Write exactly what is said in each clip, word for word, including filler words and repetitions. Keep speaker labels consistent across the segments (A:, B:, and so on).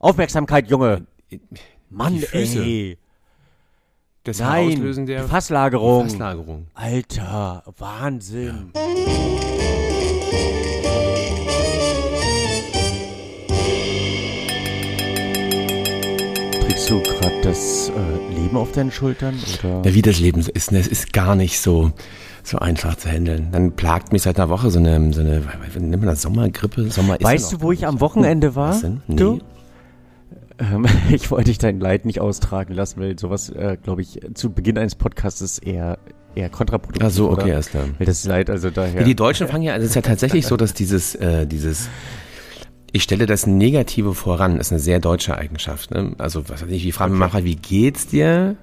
A: Aufmerksamkeit, Junge. Mann,
B: Füße.
A: ey.
B: Das
A: Nein,
B: Auslösen der
A: die Fasslagerung.
B: Die Fasslagerung.
A: Alter, Wahnsinn. Ja. Trägst du gerade das äh, Leben auf deinen Schultern? Oder?
B: Ja, wie das Leben so ist. Ne? Es ist gar nicht so, so einfach zu handeln. Dann plagt mich seit einer Woche so eine, so eine wie nennt man das, Sommergrippe? Sommer ist
A: weißt du, wo ich am Wochenende war?
B: Was denn? Nee.
A: Du? Ähm, ich wollte dich dein Leid nicht austragen lassen, weil sowas, äh, glaube ich, zu Beginn eines Podcasts eher eher kontraproduktiv.
B: Ach so, okay,
A: oder?
B: erst klar.
A: Weil das Leid also daher.
B: Ja, die Deutschen fangen ja, also es ist ja tatsächlich so, dass dieses, äh, dieses, ich stelle das Negative voran, ist eine sehr deutsche Eigenschaft. Ne? Also was weiß ich, wie fragen wir okay. Wie geht's dir?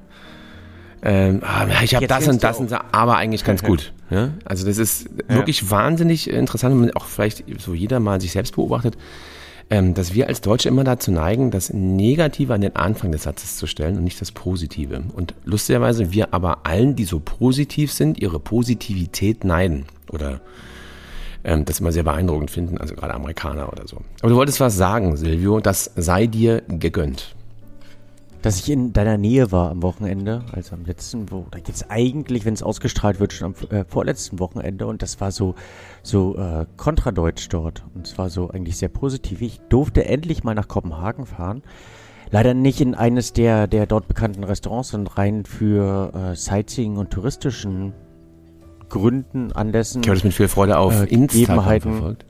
B: Ähm, ah, ich habe das und das und das, aber eigentlich ganz gut. Ja? Also das ist ja. wirklich wahnsinnig interessant, wenn man auch vielleicht so jeder mal sich selbst beobachtet, ähm, dass wir als Deutsche immer dazu neigen, das Negative an den Anfang des Satzes zu stellen und nicht das Positive. Und lustigerweise wir aber allen, die so positiv sind, ihre Positivität neiden oder ähm, das immer sehr beeindruckend finden, also gerade Amerikaner oder so. Aber du wolltest was sagen, Silvio, das sei dir gegönnt.
A: Dass ich in deiner Nähe war am Wochenende, also am letzten, wo, oder jetzt eigentlich, wenn es ausgestrahlt wird, schon am äh, vorletzten Wochenende und das war so, so äh, kontradeutsch dort und es war so eigentlich sehr positiv. Ich durfte endlich mal nach Kopenhagen fahren, leider nicht in eines der, der dort bekannten Restaurants, sondern rein für äh, Sightseeing und touristischen Gründen, Anlässen.
B: Ich habe das mit viel Freude auf
A: äh,
B: Instagram verfolgt.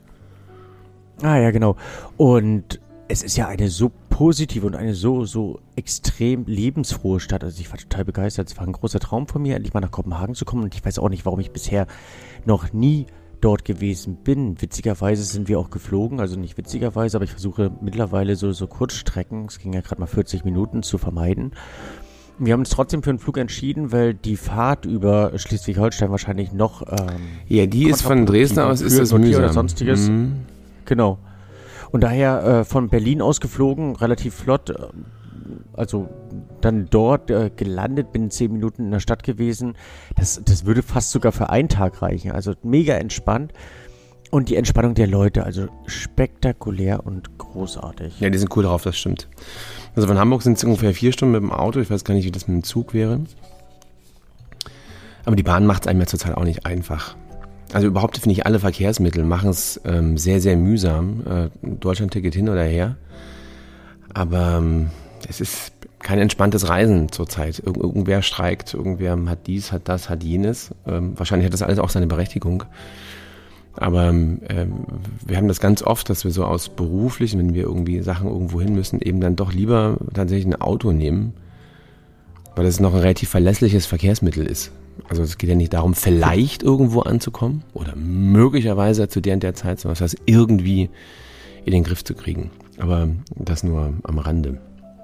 A: Ah ja, genau. Und es ist ja eine so positive und eine so, so extrem lebensfrohe Stadt. Also ich war total begeistert. Es war ein großer Traum von mir, endlich mal nach Kopenhagen zu kommen. Und ich weiß auch nicht, warum ich bisher noch nie dort gewesen bin. Witzigerweise sind wir auch geflogen. Also nicht witzigerweise, aber ich versuche mittlerweile so, so Kurzstrecken, es ging ja gerade mal vierzig Minuten, zu vermeiden. Wir haben uns trotzdem für einen Flug entschieden, weil die Fahrt über Schleswig-Holstein wahrscheinlich noch ähm,
B: ja, die ist von Dresden aus, ist das mühsam.
A: Oder sonstiges. Mhm. Genau. Und daher äh, von Berlin aus geflogen, relativ flott, äh, also dann dort äh, gelandet, bin zehn Minuten in der Stadt gewesen. Das, das würde fast sogar für einen Tag reichen, also mega entspannt. Und die Entspannung der Leute, also spektakulär und großartig.
B: Ja, die sind cool drauf, das stimmt. Also von Hamburg sind es ungefähr vier Stunden mit dem Auto, ich weiß gar nicht, wie das mit dem Zug wäre. Aber die Bahn macht es einem ja zurzeit auch nicht einfach. Also überhaupt finde ich, alle Verkehrsmittel machen es ähm, sehr, sehr mühsam. Äh, Deutschland-Ticket hin oder her. Aber ähm, es ist kein entspanntes Reisen zurzeit. Ir- irgendwer streikt, irgendwer hat dies, hat das, hat jenes. Ähm, wahrscheinlich hat das alles auch seine Berechtigung. Aber ähm, wir haben das ganz oft, dass wir so aus beruflichen, wenn wir irgendwie Sachen irgendwo hin müssen, eben dann doch lieber tatsächlich ein Auto nehmen, weil das noch ein relativ verlässliches Verkehrsmittel ist. Also es geht ja nicht darum, vielleicht irgendwo anzukommen oder möglicherweise zu der und der Zeit, sondern das irgendwie in den Griff zu kriegen. Aber das nur am Rande.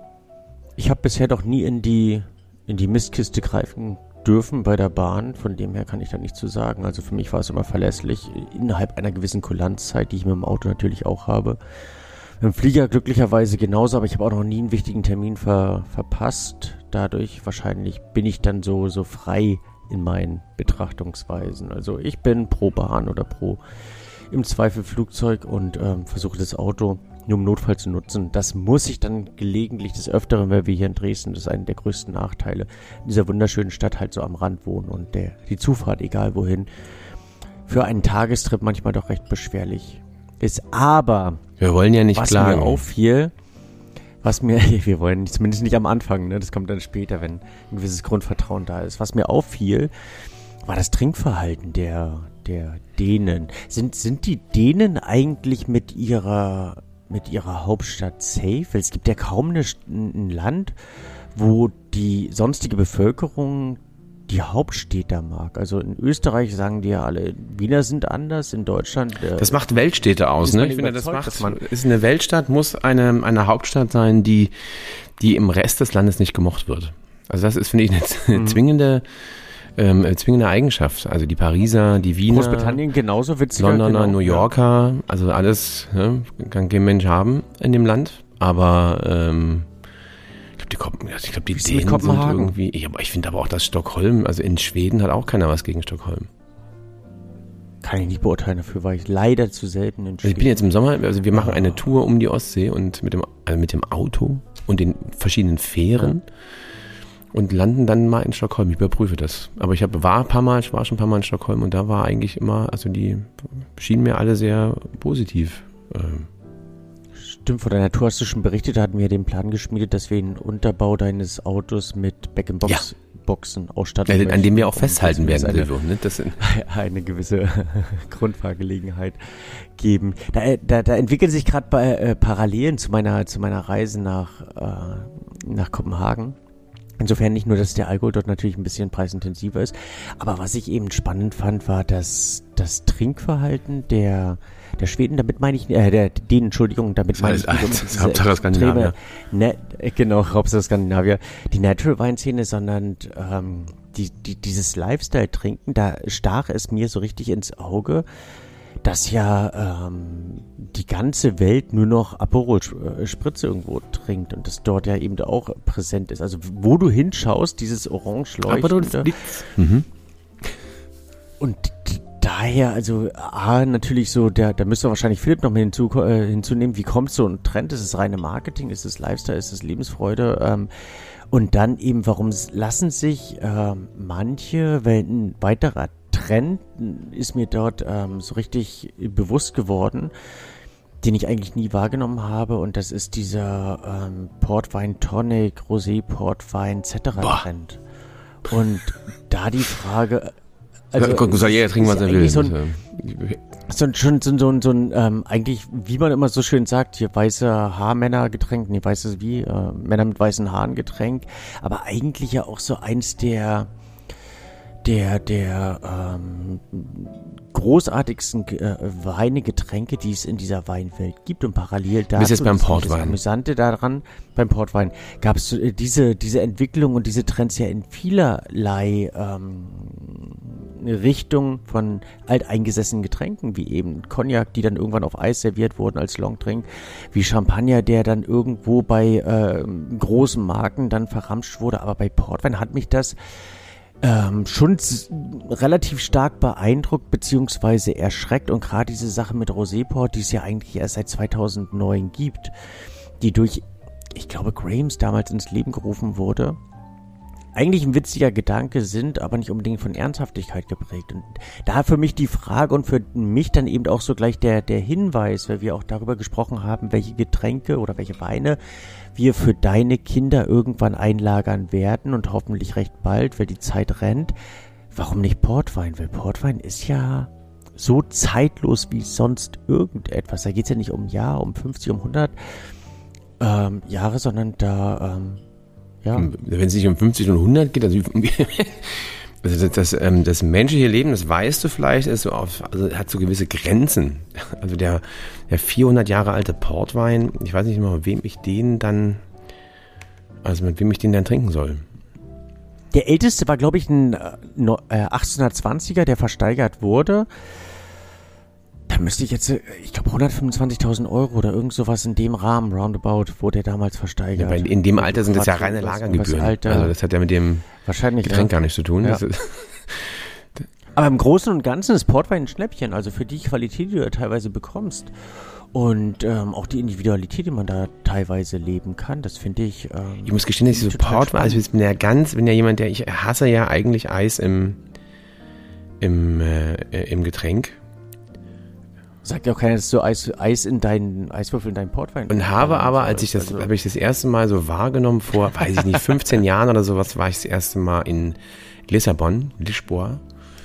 A: Ich habe bisher doch nie in die, in die Mistkiste greifen dürfen bei der Bahn. Von dem her kann ich da nichts zu sagen. Also für mich war es immer verlässlich, innerhalb einer gewissen Kulanzzeit, die ich mit dem Auto natürlich auch habe. Im Flieger glücklicherweise genauso, aber ich habe auch noch nie einen wichtigen Termin ver, verpasst. Dadurch wahrscheinlich bin ich dann so, so frei in meinen Betrachtungsweisen. Also ich bin pro Bahn oder pro im Zweifel Flugzeug und ähm, versuche das Auto nur im Notfall zu nutzen. Das muss ich dann gelegentlich des Öfteren, weil wir hier in Dresden, das ist einer der größten Nachteile, in dieser wunderschönen Stadt halt so am Rand wohnen und der, die Zufahrt, egal wohin, für einen Tagestrip manchmal doch recht beschwerlich ist. Aber
B: wir wollen ja nicht
A: was
B: klagen.
A: mir auffiel, was mir, wir wollen zumindest nicht am Anfang, ne? Das kommt dann später, wenn ein gewisses Grundvertrauen da ist. Was mir auffiel, war das Trinkverhalten der, der Dänen. Sind, sind die Dänen eigentlich mit ihrer, mit ihrer Hauptstadt safe? Weil es gibt ja kaum eine, ein Land, wo die sonstige Bevölkerung die Hauptstädter mag. Also in Österreich sagen die ja alle, Wiener sind anders, in Deutschland. Äh,
B: das macht Weltstädte aus, ne? Ich finde, das macht, man ist eine Weltstadt, muss eine, eine Hauptstadt sein, die, die im Rest des Landes nicht gemocht wird. Also das ist, finde ich, eine mhm. zwingende, ähm, zwingende Eigenschaft. Also die Pariser, die Wiener.
A: Großbritannien genauso witzig.
B: Londoner, genau. New Yorker, also alles, ne, kann kein Mensch haben in dem Land. Aber, ähm, Ich glaube, die, ich glaub, die Dänen sind irgendwie. Ich, ich finde aber auch, dass Stockholm, also in Schweden hat auch keiner was gegen Stockholm.
A: kann ich nicht beurteilen, dafür war ich leider zu selten in
B: Also
A: Schweden.
B: ich bin jetzt im Sommer, also wir machen eine Tour um die Ostsee und mit dem, also mit dem Auto und den verschiedenen Fähren und landen dann mal in Stockholm. Ich überprüfe das. Aber ich hab, war ein paar Mal, ich war schon ein paar Mal in Stockholm und da war eigentlich immer, also die schienen mir alle sehr positiv. Ähm,
A: Stimmt, von deiner Tour hast du schon berichtet, da hatten wir den Plan geschmiedet, dass wir den Unterbau deines Autos mit Back-in-Box-Boxen ausstatten
B: äh,
A: möchten.
B: an dem wir auch
A: Und
B: festhalten
A: dass wir
B: werden,
A: uns
B: Silvio. Ne? Das sind
A: eine, eine gewisse Grundfahrgelegenheit geben. Da, da, da entwickeln sich gerade äh, Parallelen zu meiner, zu meiner Reise nach, äh, nach Kopenhagen. Insofern nicht nur, dass der Alkohol dort natürlich ein bisschen preisintensiver ist, aber was ich eben spannend fand, war das, das Trinkverhalten der, der Schweden, damit meine ich, äh, der, den, Entschuldigung, damit meine ich nicht um diese
B: Hauptsache Skandinavier.
A: Ne, genau, Hauptsache Skandinavier, die Natural Wine-Szene, sondern ähm, die, die, dieses Lifestyle-Trinken, da stach es mir so richtig ins Auge, dass ja ähm, die ganze Welt nur noch Aperol Spritze irgendwo trinkt und das dort ja eben auch präsent ist. Also wo du hinschaust, dieses orange leuchtende.
B: Mhm.
A: Und daher, also A, natürlich so, der, da müsste wahrscheinlich Philipp noch mal hinzu, äh, hinzunehmen, wie kommt so ein Trend? Ist es reine Marketing? Ist es Lifestyle? Ist es Lebensfreude? Ähm, und dann eben, warum lassen sich äh, manche, weil ein weiterer Trend ist mir dort ähm, so richtig bewusst geworden, den ich eigentlich nie wahrgenommen habe, und das ist dieser ähm, Portwein Tonic, Rosé Portwein et cetera Trend. Und da die Frage, also
B: Gott, soll jeder trinken, was er will.
A: So ein, so ein, schon so, so, so ein ähm, eigentlich, wie man immer so schön sagt, hier weiße Haarmännergetränk, nee, weißes wie, äh, Männer mit weißen Haaren Getränk, aber eigentlich ja auch so eins der der der ähm, großartigsten äh, Weine, Getränke, die es in dieser Weinwelt gibt, und parallel dazu,
B: bis jetzt beim
A: das,
B: Portwein.
A: Das Amüsante daran, beim Portwein gab es äh, diese diese Entwicklung und diese Trends ja in vielerlei ähm, Richtung von alteingesessenen Getränken, wie eben Cognac, die dann irgendwann auf Eis serviert wurden als Longdrink, wie Champagner, der dann irgendwo bei äh, großen Marken dann verramscht wurde, aber bei Portwein hat mich das Ähm, schon s- relativ stark beeindruckt beziehungsweise erschreckt, und gerade diese Sache mit Rosé-Port, die es ja eigentlich erst seit zweitausendneun gibt, die durch, ich glaube, Grahams damals ins Leben gerufen wurde, eigentlich ein witziger Gedanke sind, aber nicht unbedingt von Ernsthaftigkeit geprägt. Und da für mich die Frage und für mich dann eben auch so gleich der, der Hinweis, weil wir auch darüber gesprochen haben, welche Getränke oder welche Weine wir für deine Kinder irgendwann einlagern werden, und hoffentlich recht bald, weil die Zeit rennt. Warum nicht Portwein? Weil Portwein ist ja so zeitlos wie sonst irgendetwas. Da geht es ja nicht um ein Jahr, um fünfzig, um hundert ähm, Jahre, sondern da... Ähm, ja.
B: Wenn es nicht um fünfzig und hundert geht, also, also das, das, ähm, das menschliche Leben, das weißt du vielleicht, ist so auf, also hat so gewisse Grenzen. Also der, der vierhundert Jahre alte Portwein, ich weiß nicht mal, wem ich den dann, also mit wem ich den dann trinken soll.
A: Der älteste war, glaube ich, ein äh, achtzehnhundertzwanziger, der versteigert wurde. Da müsste ich jetzt, ich glaube, hundertfünfundzwanzigtausend Euro oder irgend sowas in dem Rahmen, roundabout, wurde der damals versteigert.
B: Ja, weil in dem Alter sind das ja reine Lagergebühren. Also das hat ja mit dem
A: wahrscheinlich,
B: Getränk
A: ja.
B: gar nichts zu tun.
A: Ja.
B: Das ist
A: Aber im Großen und Ganzen ist Portwein ein Schnäppchen, also für die Qualität, die du da teilweise bekommst. Und ähm, auch die Individualität, die man da teilweise leben kann, das finde ich. Ähm,
B: ich muss gestehen, dass ich so Portwein, also ich bin ja ganz, bin ja jemand, der, ich hasse ja eigentlich Eis im, im, äh, im Getränk.
A: Sagt ja auch keiner, dass du Eis, Eis in deinen, Eiswürfel in deinen Portwein.
B: Und habe aber, als ich das,
A: also,
B: habe ich das erste Mal so wahrgenommen, vor, weiß ich nicht, fünfzehn Jahren oder sowas, war ich das erste Mal in Lissabon, Lisboa.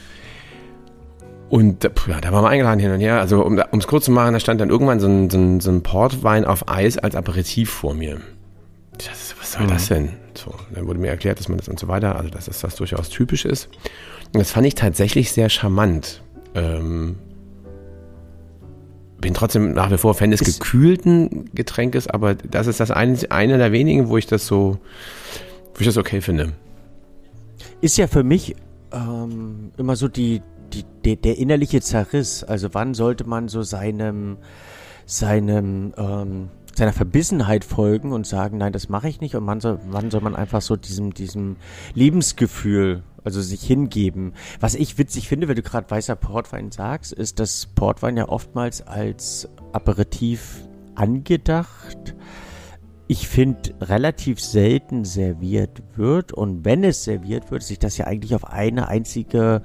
B: Und ja, da waren wir eingeladen hin und her. Also um es kurz zu machen, da stand dann irgendwann so ein, so ein, so ein Portwein auf Eis als Aperitif vor mir. Ich dachte, was soll mhm. das denn? So, dann wurde mir erklärt, dass man das und so weiter, also dass das, das durchaus typisch ist. Und das fand ich tatsächlich sehr charmant. Ähm, bin trotzdem nach wie vor Fan des ist gekühlten Getränkes, aber das ist das eine, eine der wenigen, wo ich das so, wo ich das okay finde.
A: Ist ja für mich ähm, immer so die, die, der, der innerliche Zerriss. Also wann sollte man so seinem, seinem, ähm, seiner Verbissenheit folgen und sagen, nein, das mache ich nicht, und wann soll, wann soll man einfach so diesem, diesem Lebensgefühl Also sich hingeben. Was ich witzig finde, wenn du gerade weißer Portwein sagst, ist, dass Portwein ja oftmals als Aperitif angedacht, ich finde, relativ selten serviert wird. Und wenn es serviert wird, sich das ja eigentlich auf eine einzige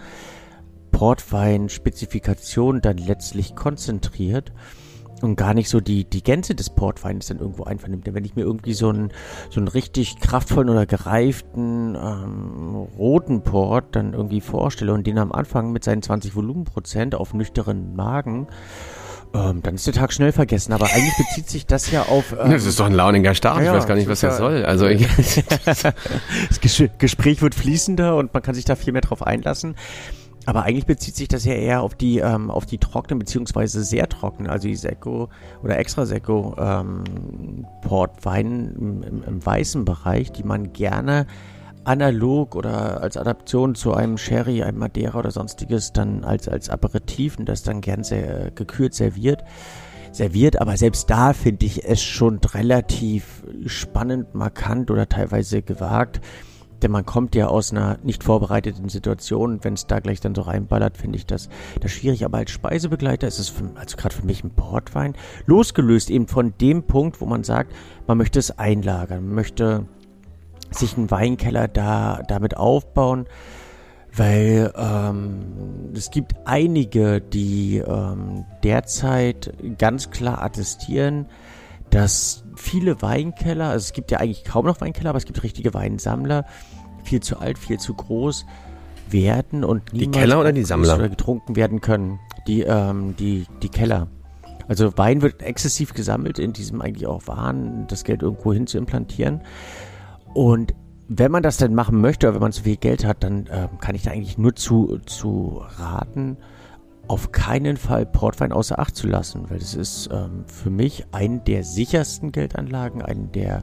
A: Portwein-Spezifikation dann letztlich konzentriert und gar nicht so die, die Gänze des Portweins dann irgendwo einvernimmt. Denn wenn ich mir irgendwie so einen, so einen richtig kraftvollen oder gereiften ähm, roten Port dann irgendwie vorstelle und den am Anfang mit seinen zwanzig Volumenprozent auf nüchternen Magen, ähm, dann ist der Tag schnell vergessen. Aber eigentlich bezieht sich das ja auf... Ähm,
B: das ist doch ein launiger Start, ja, ich weiß gar nicht, was das soll. Also ich,
A: das Ges- Gespräch wird fließender und man kann sich da viel mehr drauf einlassen. Aber eigentlich bezieht sich das ja eher auf die ähm, auf die trockenen beziehungsweise sehr trockenen, also die Secco oder Extra Secco ähm, Portwein im, im, im weißen Bereich, die man gerne analog oder als Adaption zu einem Sherry, einem Madeira oder sonstiges dann als als Aperitif und das dann gern sehr gekühlt serviert. serviert, aber selbst da finde ich es schon relativ spannend, markant oder teilweise gewagt. Denn man kommt ja aus einer nicht vorbereiteten Situation und wenn es da gleich dann so reinballert, finde ich das, das schwierig. Aber als Speisebegleiter ist es, für, also gerade für mich ein Portwein, losgelöst eben von dem Punkt, wo man sagt, man möchte es einlagern, man möchte sich einen Weinkeller da damit aufbauen, weil ähm, es gibt einige, die ähm, derzeit ganz klar attestieren, dass viele Weinkeller, also es gibt ja eigentlich kaum noch Weinkeller, aber es gibt richtige Weinsammler, viel zu alt, viel zu groß werden und
B: die Keller oder die Sammler
A: oder getrunken werden können. Die ähm, die die Keller. Also Wein wird exzessiv gesammelt, in diesem eigentlich auch Wahn, das Geld irgendwo hin zu implantieren. Und wenn man das denn machen möchte, oder wenn man zu viel Geld hat, dann ähm, kann ich da eigentlich nur zu zu raten, auf keinen Fall Portwein außer Acht zu lassen, weil das ist ähm, für mich eine der sichersten Geldanlagen, eine der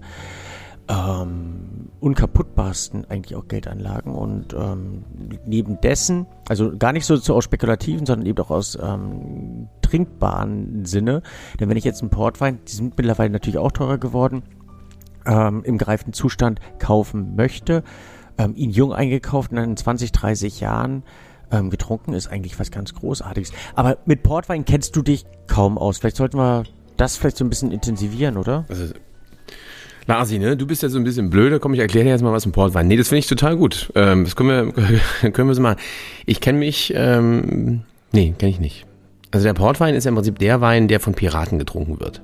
A: ähm, unkaputtbarsten eigentlich auch Geldanlagen und ähm, neben dessen, also gar nicht so, so aus spekulativen, sondern eben auch aus ähm, trinkbaren Sinne, denn wenn ich jetzt einen Portwein, die sind mittlerweile natürlich auch teurer geworden, ähm, im gereiften Zustand kaufen möchte, ähm, ihn jung eingekauft und dann in zwanzig, dreißig Jahren Ähm, getrunken, ist eigentlich was ganz Großartiges. Aber mit Portwein kennst du dich kaum aus. Vielleicht sollten wir das vielleicht so ein bisschen intensivieren, oder?
B: Also, Lasi, ne, du bist ja so ein bisschen blöde. Komm, ich erkläre dir jetzt mal was im Portwein. Nee, das finde ich total gut. Ähm, das können wir, können wir so machen. Ich kenne mich, ähm, nee, kenne ich nicht. Also der Portwein ist ja im Prinzip der Wein, der von Piraten getrunken wird.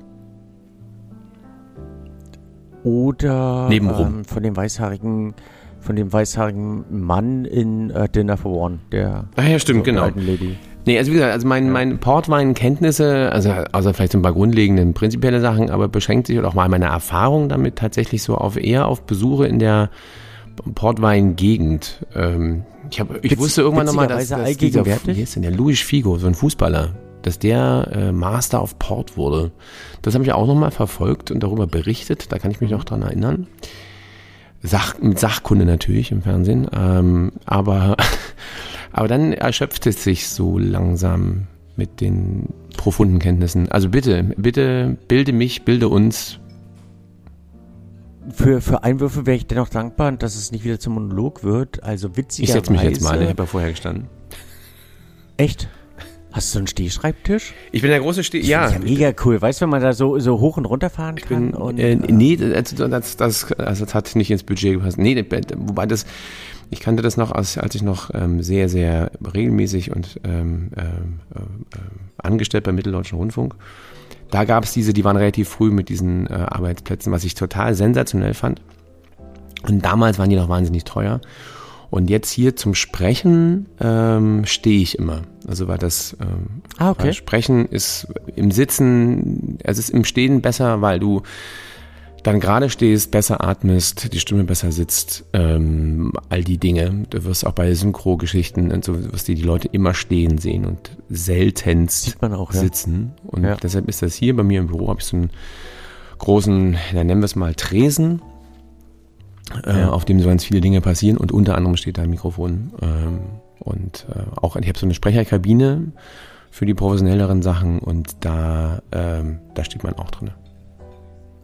A: Oder
B: Neben Rum.
A: Ähm, von dem weißhaarigen von dem weißhaarigen Mann in uh, Dinner for One, der
B: Ach ja, stimmt, genau.
A: alten Lady.
B: Nee, also wie gesagt, also mein, ja. mein Portwein-Kenntnisse, also außer vielleicht so ein paar grundlegenden prinzipielle Sachen, aber beschränkt sich auch mal meine Erfahrung damit tatsächlich so auf eher auf Besuche in der Portwein-Gegend. Ähm, ich hab, ich Witz, wusste irgendwann nochmal, dass, dass dieser, wie ist denn der, Luis Figo, so ein Fußballer, dass der äh, Master of Port wurde. Das habe ich auch nochmal verfolgt und darüber berichtet, da kann ich mich noch dran erinnern. Sach, mit Sachkunde natürlich im Fernsehen, ähm, aber, aber dann erschöpft es sich so langsam mit den profunden Kenntnissen. Also bitte, bitte bilde mich, bilde uns.
A: Für, für Einwürfe wäre ich dennoch dankbar, dass es nicht wieder zum Monolog wird. Also witzigerweise.
B: Ich setze mich jetzt mal, ich habe ja vorher gestanden.
A: Echt? Hast du einen Stehschreibtisch?
B: Ich bin der große Steh... Ja.
A: Ja, mega cool. Weißt du, wenn man da so, so hoch und runter fahren
B: ich
A: kann?
B: Bin,
A: und,
B: äh, nee, das, das, das, also das hat nicht ins Budget gepasst. Nee, wobei das... Ich kannte das noch, als, als ich noch ähm, sehr, sehr regelmäßig und ähm, äh, äh, angestellt beim Mitteldeutschen Rundfunk. Da gab es diese, die waren relativ früh mit diesen äh, Arbeitsplätzen, was ich total sensationell fand. Und damals waren die noch wahnsinnig teuer. Und jetzt hier zum Sprechen ähm, stehe ich immer. Also weil das ähm,
A: ah, okay.
B: weil Sprechen ist im Sitzen, also es ist im Stehen besser, weil du dann gerade stehst, besser atmest, die Stimme besser sitzt, ähm, all die Dinge. Du wirst auch bei Synchro-Geschichten und so, wirst die, die Leute immer stehen sehen und seltenst
A: Sieht man auch, ja.
B: sitzen. Und
A: ja.
B: deshalb ist das hier bei mir im Büro, habe ich so einen großen, ja, nennen wir es mal Tresen, Äh, ja. auf dem so ganz viele Dinge passieren und unter anderem steht da ein Mikrofon ähm, und äh, auch ich habe so eine Sprecherkabine für die professionelleren Sachen und da ähm, da steht man auch drin.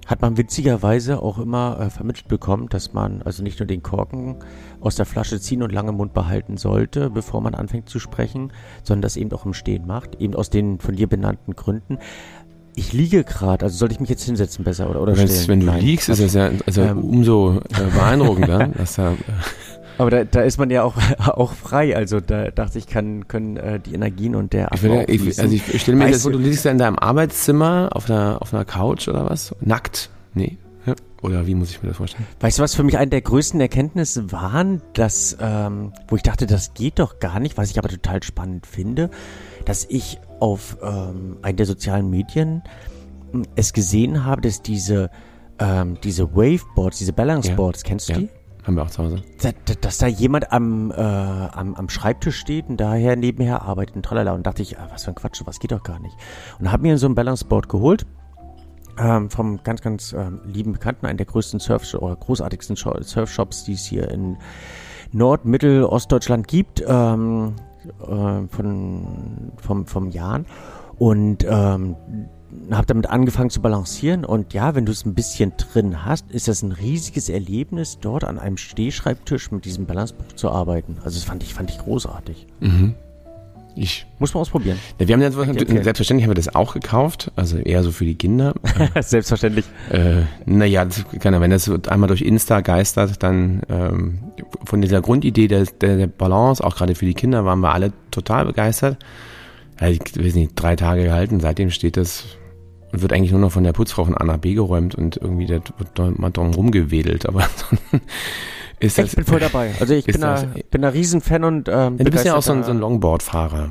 A: hat man witzigerweise auch immer äh, vermittelt bekommen, dass man also nicht nur den Korken aus der Flasche ziehen und lange im Mund behalten sollte, bevor man anfängt zu sprechen, sondern das eben auch im Stehen macht, eben aus den von dir benannten Gründen. Ich liege gerade, also sollte ich mich jetzt hinsetzen besser oder, oder stehen?
B: Wenn du
A: Nein,
B: liegst,
A: Quatsch.
B: ist das ja also ähm, umso äh, beeindruckender. dass da, äh
A: Aber da, da ist man ja auch, auch frei, also da dachte ich, kann, können äh, die Energien und der
B: ich, will, ich, also ich stelle mir das vor, du liegst ja in deinem Arbeitszimmer auf einer, auf einer Couch oder was? Nackt? Nee. Ja. Oder wie muss ich mir das vorstellen?
A: Weißt du, was für mich eine der größten Erkenntnisse waren, dass, ähm, wo ich dachte, das geht doch gar nicht, was ich aber total spannend finde, dass ich auf ähm, einen der sozialen Medien äh, es gesehen habe, dass diese, ähm, diese Waveboards, diese Balanceboards, ja. kennst du
B: ja.
A: die?
B: Haben wir auch zu Hause.
A: Dass, dass da jemand am, äh, am, am Schreibtisch steht und daher nebenher arbeitet und tralala. Und dachte ich, ah, was für ein Quatsch, was geht doch gar nicht. Und habe mir so ein Balanceboard geholt. Ähm, vom ganz, ganz ähm, lieben Bekannten, einen der größten Surf- oder großartigsten Surfshops, die es hier in Nord-, Mittel-, Ostdeutschland gibt, ähm, äh, von, vom, vom Jan. Und ähm, habe damit angefangen zu balancieren. Und ja, wenn du es ein bisschen drin hast, ist das ein riesiges Erlebnis, dort an einem Stehschreibtisch mit diesem Balancebuch zu arbeiten. Also das fand ich, fand ich großartig.
B: Mhm. Ich.
A: Muss man ausprobieren.
B: Ja, wir haben jetzt, okay. Selbstverständlich haben wir das auch gekauft, also eher so für die Kinder.
A: Selbstverständlich.
B: Äh, naja, wenn das einmal durch Insta geistert, dann ähm, von dieser Grundidee der, der, der Balance, auch gerade für die Kinder, waren wir alle total begeistert. Ja, ich weiß nicht, drei Tage gehalten, seitdem steht das und wird eigentlich nur noch von der Putzfrau von A nach B geräumt und irgendwie das wird mal drum rumgewedelt, aber ist das,
A: ich bin voll dabei. Also ich bin da, bin da Riesenfan und ähm,
B: ja, du bist ja auch so ein, so ein Longboard-Fahrer.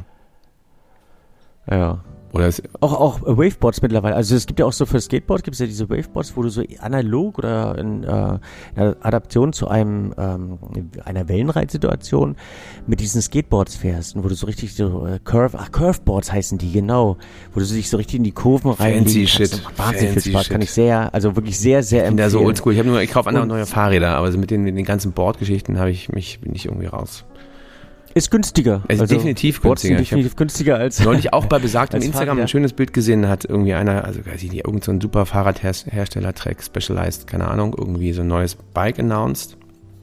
A: Ja.
B: Oder ist
A: auch auch Waveboards mittlerweile. Also es gibt ja auch so für Skateboard gibt es ja diese Waveboards, wo du so analog oder in äh, einer Adaption zu einem ähm, einer Wellenreitsituation mit diesen Skateboards fährst, und wo du so richtig so äh, Curve, ach Curveboards heißen die, genau, wo du dich so richtig in die Kurven reinlegen
B: Fancy
A: kannst.
B: Shit.
A: Wahnsinnig
B: Fancy
A: viel Spaß,
B: Shit.
A: Kann ich sehr, also wirklich sehr, sehr
B: empfehlen. Ich bin da so oldschool. Ich habe nur, ich kaufe andere
A: Und
B: neue Fahrräder, aber so mit den, mit den ganzen Boardgeschichten habe ich mich bin ich irgendwie raus.
A: Ist günstiger.
B: Es ist also definitiv günstiger.
A: definitiv günstiger als
B: neulich auch bei besagtem Instagram
A: Fahrrad,
B: ein schönes Bild gesehen, hat irgendwie einer, also weiß ich nicht, irgend so ein super Fahrradhersteller, Trek, Specialized, keine Ahnung, irgendwie so ein neues Bike announced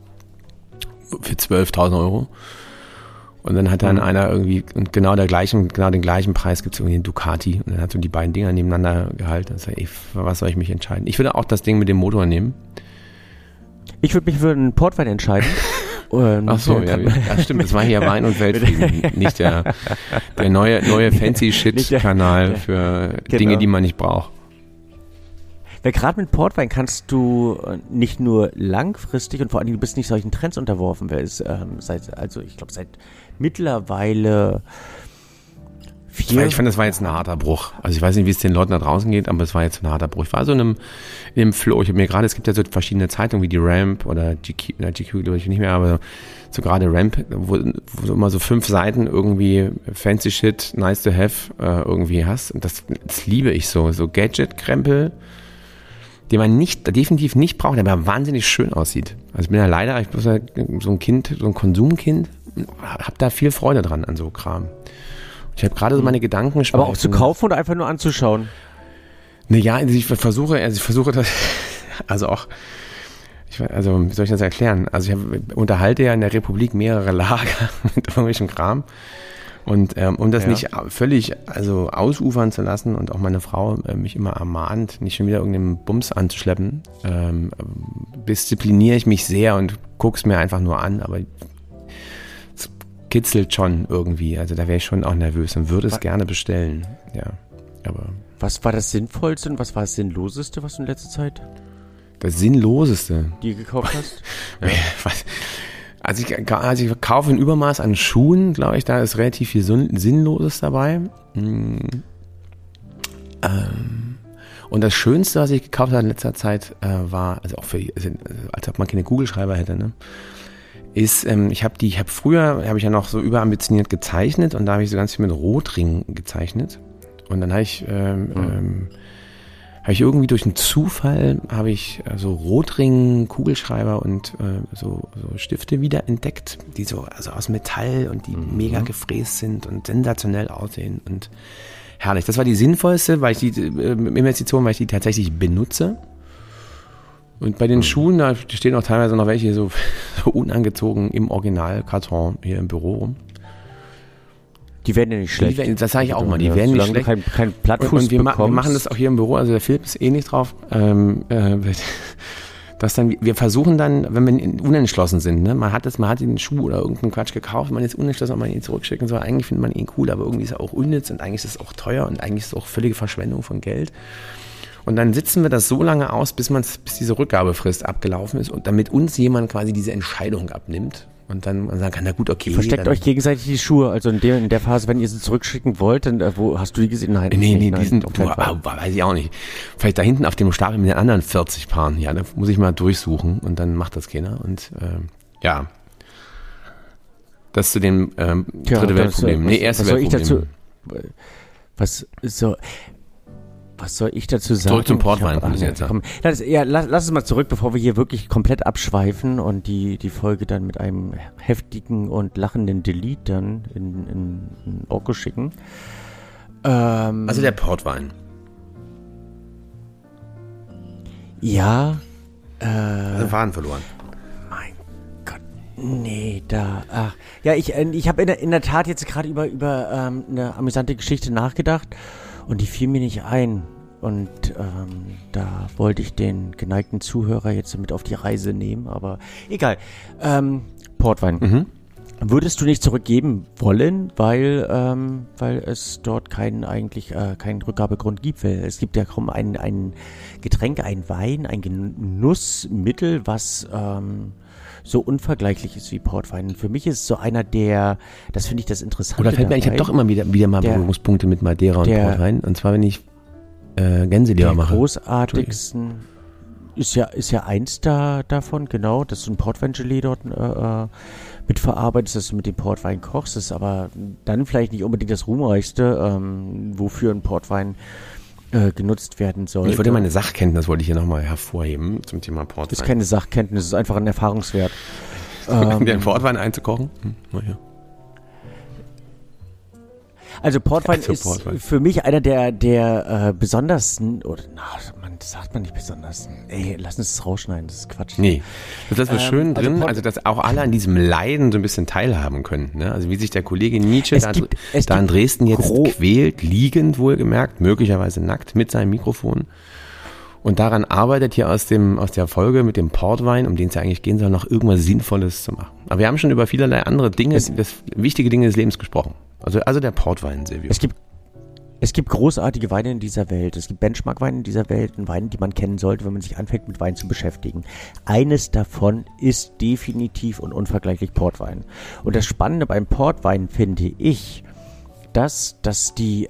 B: für zwölftausend Euro. Und dann hat dann mhm. einer irgendwie, und genau der gleichen, genau den gleichen Preis gibt es irgendwie einen Ducati. Und dann hat so die beiden Dinger nebeneinander gehalten. Und sag, ey, für was soll ich mich entscheiden? Ich würde auch das Ding mit dem Motor nehmen.
A: Ich würde mich für einen Portwein entscheiden. Und
B: ach so, ja, ja, stimmt, das war hier Wein und Weltfrieden, nicht der, der neue, neue Fancy-Shit-Kanal für genau. Dinge, die man nicht braucht.
A: Weil gerade mit Portwein kannst du nicht nur langfristig und vor allem du bist nicht solchen Trends unterworfen, weil es ähm, seit, also ich glaube seit mittlerweile vier...
B: Ich fand, das war jetzt ein harter Bruch. Also ich weiß nicht, wie es den Leuten da draußen geht, aber es war jetzt ein harter Bruch. Ich war so in einem, in einem Flow. Ich habe mir gerade, es gibt ja so verschiedene Zeitungen wie die Ramp oder G Q, na, G Q glaube ich nicht mehr, aber so gerade Ramp, wo, wo du immer so fünf Seiten irgendwie fancy shit, nice to have äh, irgendwie hast. Und das, das liebe ich so. So Gadget-Krempel, den man nicht, definitiv nicht braucht, der aber wahnsinnig schön aussieht. Also ich bin ja leider, ich bin so ein Kind, so ein Konsumkind, hab da viel Freude dran an so Kram. Ich habe gerade so meine Gedanken.
A: Aber auch zu kaufen oder einfach nur anzuschauen?
B: Ne, ja, also ich versuche, also ich versuche das, also auch, ich, also wie soll ich das erklären? Also ich hab, unterhalte ja in der Republik mehrere Lager mit irgendwelchem Kram. Und ähm, um das ja. nicht völlig also ausufern zu lassen und auch meine Frau äh, mich immer ermahnt, nicht schon wieder irgendeinen Bums anzuschleppen, ähm, diszipliniere ich mich sehr und guck's mir einfach nur an, aber es kitzelt schon irgendwie. Also da wäre ich schon auch nervös und würde es was? gerne bestellen. Ja, aber
A: was war das Sinnvollste und was war das Sinnloseste, was du in letzter Zeit?
B: Das Sinnloseste?
A: Die gekauft hast?
B: Ja. Was? Also ich, also ich kaufe ein Übermaß an Schuhen, glaube ich, da ist relativ viel Sinnloses dabei. Mhm. Ähm. Und das Schönste, was ich gekauft habe in letzter Zeit, äh, war, also auch für, also, als ob man keine Kugelschreiber hätte, ne, ist, ähm, ich habe die, ich habe früher, habe ich ja noch so überambitioniert gezeichnet und da habe ich so ganz viel mit Rotring gezeichnet. Und dann habe ich, ähm, mhm. ähm, habe ich irgendwie durch einen Zufall, habe ich so also Rotring, Kugelschreiber und äh, so, so Stifte wieder entdeckt, die so also aus Metall und die mhm. mega gefräst sind und sensationell aussehen und herrlich. Das war die sinnvollste, weil ich die äh, Investition, weil ich die tatsächlich benutze. Und bei den mhm. Schuhen, da stehen auch teilweise noch welche so, so unangezogen im Originalkarton hier im Büro rum.
A: Die werden ja nicht schlecht.
B: Werden, das sage ich auch mal, die ja, werden nicht schlecht.
A: Kein, kein Plattfuß und,
B: und wir, ma- wir machen das auch hier im Büro, also der Philipp ist eh nicht drauf. Ähm, äh, dass dann, wir versuchen dann, wenn wir unentschlossen sind, ne, man hat das, man hat den Schuh oder irgendeinen Quatsch gekauft, man ist unentschlossen, ob man ihn zurückschicken soll. Eigentlich findet man ihn cool, aber irgendwie ist er auch unnütz und eigentlich ist es auch teuer und eigentlich ist es auch völlige Verschwendung von Geld. Und dann sitzen wir das so lange aus, bis man bis diese Rückgabefrist abgelaufen ist und damit uns jemand quasi diese Entscheidung abnimmt. Und dann man sagen kann, na gut, okay.
A: Ihr versteckt euch gegenseitig die Schuhe, also in der, in der Phase, wenn ihr sie zurückschicken wollt, dann, wo hast du die gesehen? Nein,
B: nee, nee,
A: nein,
B: die sind, du, weiß ich auch nicht. Vielleicht da hinten auf dem Stapel mit den anderen vierzig Paaren, ja, da muss ich mal durchsuchen und dann macht das keiner und, äh, ja. Das zu dem, ähm,
A: Tja,
B: dritte Weltproblem. Nee, erste
A: was soll
B: Weltproblem.
A: Ich dazu, was so, Was soll ich dazu sagen?
B: Zurück zum Portwein. Hab, ach, jetzt
A: ja, komm, das, ja, lass, lass es mal zurück, bevor wir hier wirklich komplett abschweifen und die, die Folge dann mit einem heftigen und lachenden Delete dann in, in, in Orko schicken. Ähm,
B: also der Portwein.
A: Ja. Äh,
B: also Faden verloren.
A: Mein Gott. Nee, da. Ach. Ja, ich, ich habe in, in der Tat jetzt gerade über, über ähm, eine amüsante Geschichte nachgedacht. Und die fiel mir nicht ein. Und ähm, da wollte ich den geneigten Zuhörer jetzt mit auf die Reise nehmen. Aber egal. Ähm, Portwein. Mhm. Würdest du nicht zurückgeben wollen, weil, ähm, weil es dort keinen eigentlich äh, keinen Rückgabegrund gibt? Weil es gibt ja kaum ein, ein Getränk, ein Wein, ein Genussmittel, was ähm, so unvergleichlich ist wie Portwein. Für mich ist es so einer der, das finde ich das Interessante.
B: Oder fällt mir, ich habe doch immer wieder, wieder mal der, Berührungspunkte mit Madeira und der, Portwein. Und zwar, wenn ich äh, Gänseleber mache.
A: Der großartigsten ist ja, ist ja eins da, davon, genau. Das ist ein Portwein-Gelee dort äh, mitverarbeitet, dass du mit dem Portwein kochst. Das ist aber dann vielleicht nicht unbedingt das ruhmreichste, ähm, wofür ein Portwein äh, genutzt werden soll.
B: Ich wollte meine Sachkenntnis, wollte ich hier nochmal hervorheben zum Thema Portwein.
A: Das ist keine Sachkenntnis, das ist einfach ein Erfahrungswert.
B: ähm, den Portwein einzukochen? Hm, naja.
A: Also Portwein
B: also
A: ist
B: Portwein.
A: für mich einer der, der äh, besondersten, oder na, man, das sagt man nicht besonders. Ey, lass uns das rausschneiden, das ist Quatsch.
B: Nee, das ist ähm, schön drin, also,
A: Port-
B: also dass auch alle an diesem Leiden so ein bisschen teilhaben können. Ne? Also wie sich der Kollege Nietzsche da, gibt, da in Dresden jetzt gro- quält, liegend wohlgemerkt, möglicherweise nackt mit seinem Mikrofon. Und daran arbeitet hier aus dem aus der Folge mit dem Portwein, um den es ja eigentlich gehen soll, noch irgendwas Sinnvolles zu machen. Aber wir haben schon über vielerlei andere Dinge, das, wichtige Dinge des Lebens gesprochen. Also, also der Portwein, Silvio.
A: Es gibt, es gibt großartige Weine in dieser Welt. Es gibt Benchmark-Weine in dieser Welt und Weine, die man kennen sollte, wenn man sich anfängt, mit Wein zu beschäftigen. Eines davon ist definitiv und unvergleichlich Portwein. Und das Spannende beim Portwein finde ich, dass, dass die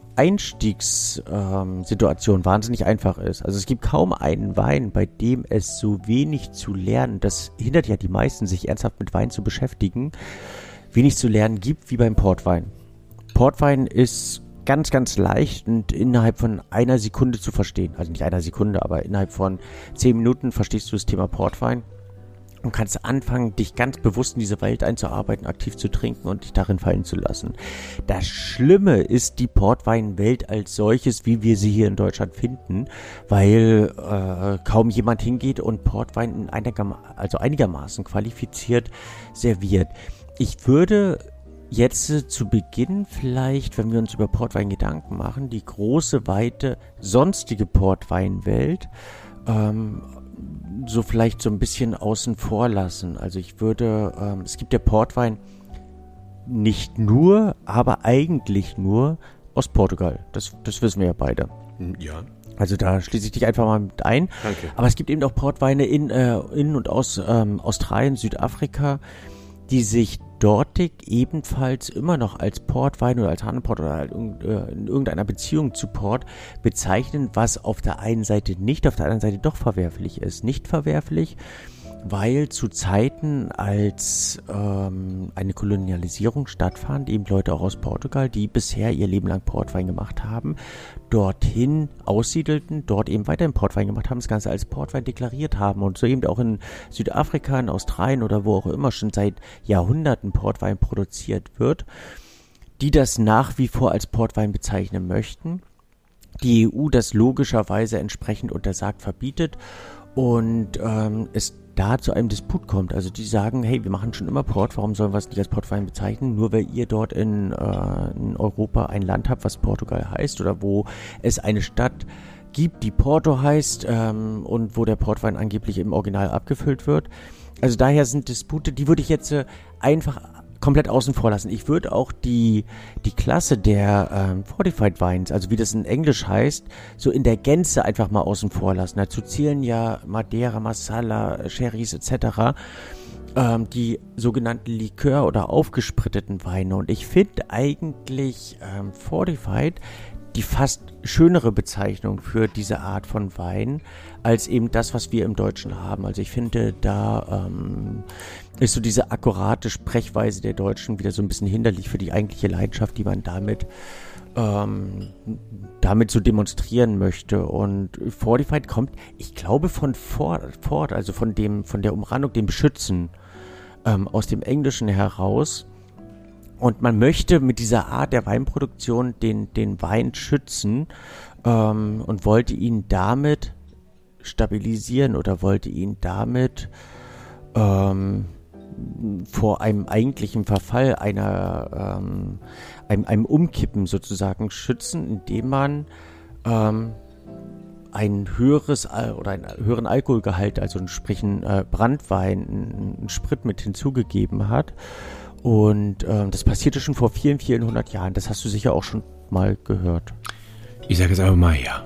A: Einstiegssituation ähm, wahnsinnig einfach ist. Also es gibt kaum einen Wein, bei dem es so wenig zu lernen, das hindert ja die meisten, sich ernsthaft mit Wein zu beschäftigen, wenig zu lernen gibt wie beim Portwein. Portwein ist ganz, ganz leicht und innerhalb von einer Sekunde zu verstehen. Also nicht einer Sekunde, aber innerhalb von zehn Minuten verstehst du das Thema Portwein und kannst anfangen, dich ganz bewusst in diese Welt einzuarbeiten, aktiv zu trinken und dich darin fallen zu lassen. Das Schlimme ist die Portweinwelt als solches, wie wir sie hier in Deutschland finden, weil äh, kaum jemand hingeht und Portwein in einiger, also einigermaßen qualifiziert serviert. Ich würde jetzt zu Beginn vielleicht, wenn wir uns über Portwein Gedanken machen, die große, weite, sonstige Portweinwelt ähm, so vielleicht so ein bisschen außen vor lassen. Also ich würde, ähm, es gibt ja Portwein nicht nur, aber eigentlich nur aus Portugal. Das, das wissen wir ja beide.
B: Ja.
A: Also da schließe ich dich einfach mal mit ein.
B: Danke.
A: Aber es gibt eben auch Portweine in, äh, in und aus ähm, Australien, Südafrika, die sich dortig ebenfalls immer noch als Portwein oder als Hanenport oder halt in irgendeiner Beziehung zu Port bezeichnen, was auf der einen Seite nicht, auf der anderen Seite doch verwerflich ist. Nicht verwerflich, weil zu Zeiten, als ähm, eine Kolonialisierung stattfand, eben Leute auch aus Portugal, die bisher ihr Leben lang Portwein gemacht haben, dorthin aussiedelten, dort eben weiterhin Portwein gemacht haben, das Ganze als Portwein deklariert haben und so eben auch in Südafrika, in Australien oder wo auch immer schon seit Jahrhunderten Portwein produziert wird, die das nach wie vor als Portwein bezeichnen möchten. Die E U das logischerweise entsprechend untersagt, verbietet und ähm, es da zu einem Disput kommt. Also die sagen, hey, wir machen schon immer Port, warum sollen wir es nicht als Portwein bezeichnen? Nur weil ihr dort in, äh, in Europa ein Land habt, was Portugal heißt, oder wo es eine Stadt gibt, die Porto heißt, ähm, und wo der Portwein angeblich im Original abgefüllt wird. Also daher sind Dispute, die würde ich jetzt äh, einfach komplett außen vor lassen. Ich würde auch die, die Klasse der ähm, Fortified Wines, also wie das in Englisch heißt, so in der Gänze einfach mal außen vor lassen. Dazu zählen ja Madeira, Marsala, Sherrys et cetera, ähm, die sogenannten Likör- oder aufgespritteten Weine. Und ich finde eigentlich ähm, Fortified die fast schönere Bezeichnung für diese Art von Wein als eben das, was wir im Deutschen haben. Also ich finde, da ähm, ist so diese akkurate Sprechweise der Deutschen wieder so ein bisschen hinderlich für die eigentliche Leidenschaft, die man damit ähm, damit so demonstrieren möchte. Und Fortified kommt, ich glaube, von Ford, Ford also von dem, von der Umrandung, dem Beschützen, ähm, aus dem Englischen heraus. Und man möchte mit dieser Art der Weinproduktion den, den Wein schützen ähm, und wollte ihn damit stabilisieren oder wollte ihn damit ähm, vor einem eigentlichen Verfall, einer, ähm, einem, einem Umkippen sozusagen schützen, indem man ähm, ein höheres oder einen höheren Alkoholgehalt, also sprich einen äh, Branntwein, einen Sprit mit hinzugegeben hat. Und ähm, das passierte schon vor vielen, vielen hundert Jahren. Das hast du sicher auch schon mal gehört.
B: Ich sage jetzt einfach mal ja.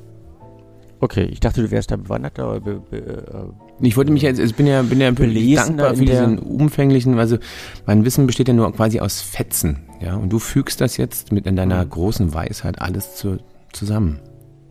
A: Okay, ich dachte, du wärst da bewanderter. Be, be, äh,
B: ich wollte mich jetzt, ich bin ja, bin ja dankbar für diesen umfänglichen, also mein Wissen besteht ja nur quasi aus Fetzen, ja, und du fügst das jetzt mit in deiner mhm. großen Weisheit alles zu, zusammen.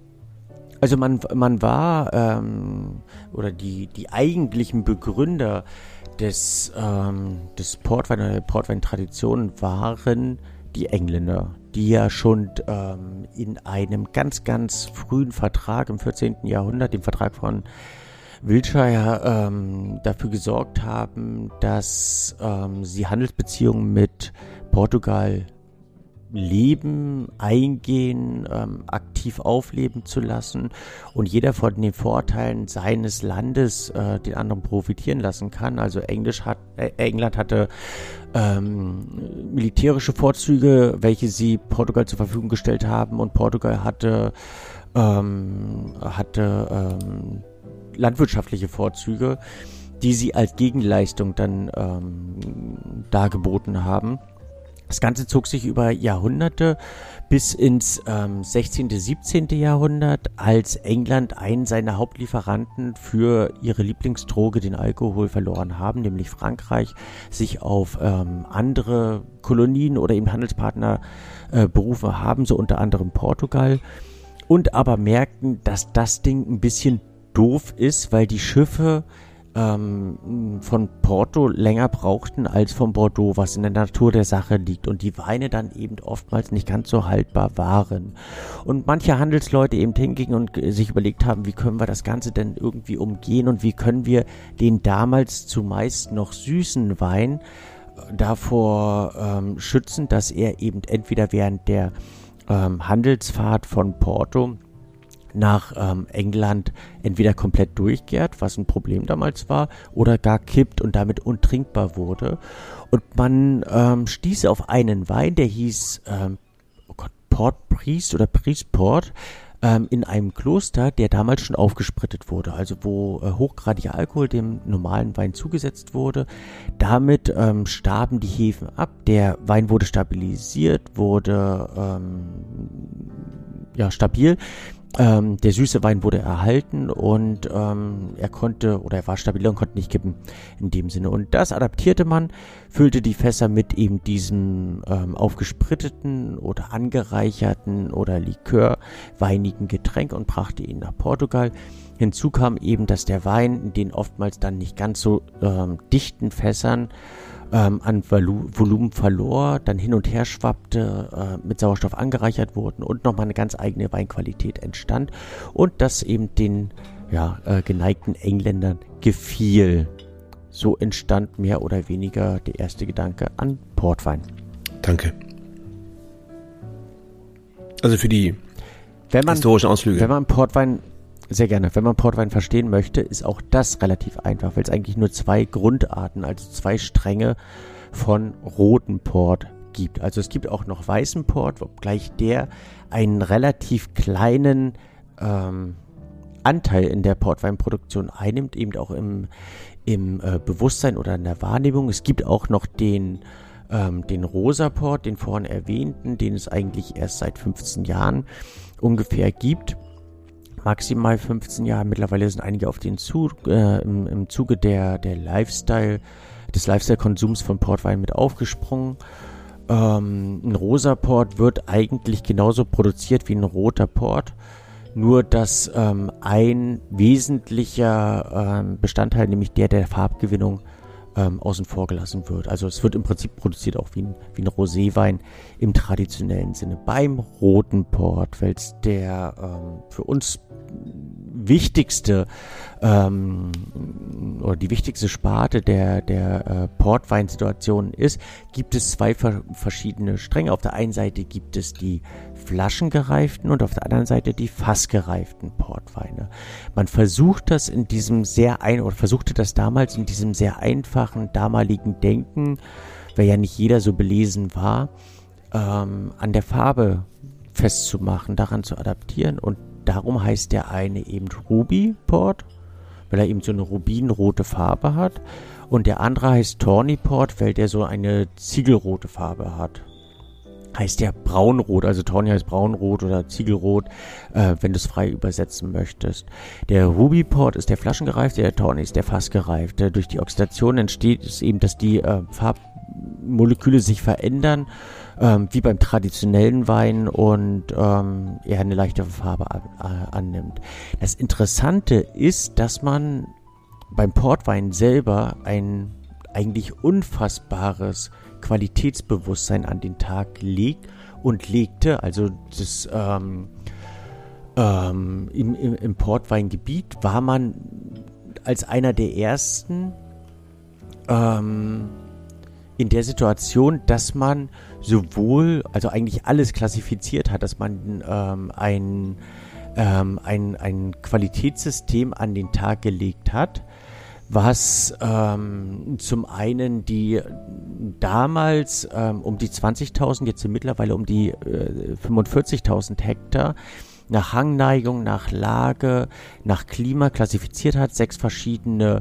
A: Also man, man war, ähm, oder die, die eigentlichen Begründer des, ähm, des Portwein oder der Portwein-Tradition waren die Engländer, die ja schon ähm, in einem ganz, ganz frühen Vertrag im vierzehnten Jahrhundert, dem Vertrag von Wiltshire, ähm, dafür gesorgt haben, dass ähm, sie Handelsbeziehungen mit Portugal leben, eingehen, ähm, aktiv aufleben zu lassen und jeder von den Vorteilen seines Landes äh, den anderen profitieren lassen kann. Also Englisch hat, äh, England hatte ähm, militärische Vorzüge, welche sie Portugal zur Verfügung gestellt haben, und Portugal hatte, ähm, hatte ähm, landwirtschaftliche Vorzüge, die sie als Gegenleistung dann ähm, dargeboten haben. Das Ganze zog sich über Jahrhunderte bis ins ähm, sechzehnten., siebzehnten. Jahrhundert, als England einen seiner Hauptlieferanten für ihre Lieblingsdroge, den Alkohol, verloren haben, nämlich Frankreich, sich auf ähm, andere Kolonien oder eben Handelspartner äh, berufen haben, so unter anderem Portugal, und aber merkten, dass das Ding ein bisschen doof ist, weil die Schiffe von Porto länger brauchten als von Bordeaux, was in der Natur der Sache liegt, und die Weine dann eben oftmals nicht ganz so haltbar waren. Und manche Handelsleute eben hingingen und sich überlegt haben, wie können wir das Ganze denn irgendwie umgehen und wie können wir den damals zumeist noch süßen Wein davor ähm, schützen, dass er eben entweder während der ähm, Handelsfahrt von Porto nach ähm, England entweder komplett durchgärt, was ein Problem damals war, oder gar kippt und damit untrinkbar wurde. Und man ähm, stieß auf einen Wein, der hieß ähm, oh Gott, Port Priest oder Priest Port, ähm, in einem Kloster, der damals schon aufgesprittet wurde, also wo äh, hochgradiger Alkohol dem normalen Wein zugesetzt wurde. Damit ähm, starben die Hefen ab, der Wein wurde stabilisiert, wurde ähm, ja stabil. Ähm, der süße Wein wurde erhalten und ähm, er konnte, oder er war stabil und konnte nicht kippen in dem Sinne. Und das adaptierte man, füllte die Fässer mit eben diesem ähm, aufgespritteten oder angereicherten oder likörweinigen Getränk und brachte ihn nach Portugal. Hinzu kam eben, dass der Wein in den oftmals dann nicht ganz so ähm, dichten Fässern Ähm, an Volu- Volumen verlor, dann hin und her schwappte, äh, mit Sauerstoff angereichert wurden und nochmal eine ganz eigene Weinqualität entstand und das eben den ja, äh, geneigten Engländern gefiel. So entstand mehr oder weniger der erste Gedanke an Portwein.
B: Danke. Also für die
A: wenn man,
B: historischen Ausflüge.
A: Wenn man Portwein Sehr gerne. Wenn man Portwein verstehen möchte, ist auch das relativ einfach, weil es eigentlich nur zwei Grundarten, also zwei Stränge von roten Port gibt. Also es gibt auch noch weißen Port, obgleich der einen relativ kleinen ähm, Anteil in der Portweinproduktion einnimmt, eben auch im, im äh, Bewusstsein oder in der Wahrnehmung. Es gibt auch noch den, ähm, den Rosa Port, den vorhin erwähnten, den es eigentlich erst seit fünfzehn Jahren ungefähr gibt. Maximal fünfzehn Jahre. Mittlerweile sind einige auf den Zug, äh, im, im Zuge der, der Lifestyle, des Lifestyle-Konsums von Portwein mit aufgesprungen. Ähm, ein Rosa Port wird eigentlich genauso produziert wie ein roter Port. Nur, dass ähm, ein wesentlicher ähm, Bestandteil, nämlich der der Farbgewinnung, ähm, außen vor gelassen wird. Also es wird im Prinzip produziert auch wie ein, wie ein Roséwein im traditionellen Sinne. Beim roten Port, weil es der ähm, für uns wichtigste ähm, oder die wichtigste Sparte der, der äh, Portweinsituation ist, gibt es zwei ver- verschiedene Stränge. Auf der einen Seite gibt es die flaschengereiften und auf der anderen Seite die fassgereiften Portweine. Man versucht das in diesem sehr ein oder versuchte das damals in diesem sehr einfachen damaligen Denken, weil ja nicht jeder so belesen war, ähm, an der Farbe festzumachen, daran zu adaptieren, und darum heißt der eine eben Ruby Port, weil er eben so eine rubinrote Farbe hat, und der andere heißt Tawny Port, weil der so eine ziegelrote Farbe hat. Heißt der braunrot, also Tawny heißt braunrot oder ziegelrot, äh, wenn du es frei übersetzen möchtest. Der Ruby Port ist der flaschengereifte, der Tawny ist der fassgereifte. Durch die Oxidation entsteht es eben, dass die äh, Farbmoleküle sich verändern, ähm, wie beim traditionellen Wein, und ähm, er eine leichtere Farbe an, äh, annimmt. Das Interessante ist, dass man beim Portwein selber ein eigentlich unfassbares Qualitätsbewusstsein an den Tag legt und legte, also das ähm, ähm, im, im, im Portweingebiet war man als einer der ersten ähm, in der Situation, dass man sowohl, also eigentlich alles klassifiziert hat, dass man ähm, ein, ähm, ein, ein Qualitätssystem an den Tag gelegt hat, was ähm, zum einen die damals ähm, um die zwanzigtausend, jetzt sind mittlerweile um die äh, fünfundvierzigtausend Hektar, nach Hangneigung, nach Lage, nach Klima klassifiziert hat, sechs verschiedene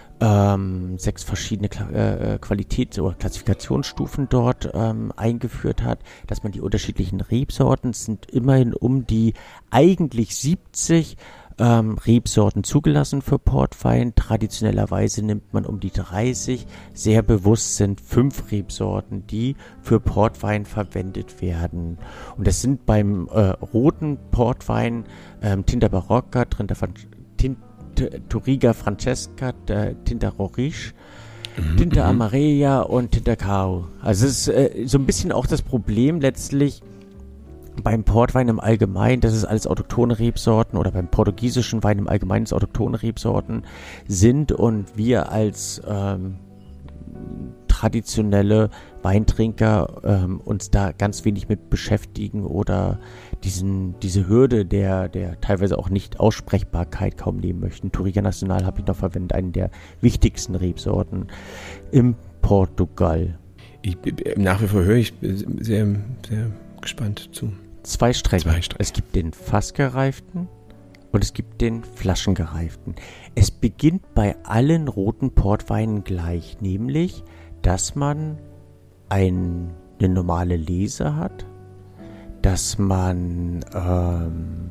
A: ähm, sechs verschiedene Kla- äh, Qualitäts- oder Klassifikationsstufen dort ähm, eingeführt hat, dass man die unterschiedlichen Rebsorten, es sind immerhin um die eigentlich siebzig Ähm, Rebsorten zugelassen für Portwein. Traditionellerweise nimmt man um die dreißig. Sehr bewusst sind fünf Rebsorten, die für Portwein verwendet werden. Und das sind beim äh, roten Portwein ähm, Tinta Barocca, Tinta, Tinta Touriga Francesca, äh, Tinta Roriche, mhm, Tinta Amarella und Tinta Cao. Also es ist äh, so ein bisschen auch das Problem letztlich beim Portwein im Allgemeinen, dass es alles autochthone Rebsorten, oder beim portugiesischen Wein im Allgemeinen autochthone Rebsorten sind, und wir als ähm, traditionelle Weintrinker ähm, uns da ganz wenig mit beschäftigen oder diesen, diese Hürde der, der teilweise auch Nicht-Aussprechbarkeit kaum nehmen möchten. Touriga Nacional habe ich noch verwendet, einen der wichtigsten Rebsorten im Portugal.
B: Ich, nach wie vor höre ich sehr, sehr gespannt zu.
A: Zwei Stränge.
B: Zwei Stränge.
A: Es gibt den fassgereiften und es gibt den flaschengereiften. Es beginnt bei allen roten Portweinen gleich, nämlich, dass man ein, eine normale Lese hat, dass man ähm,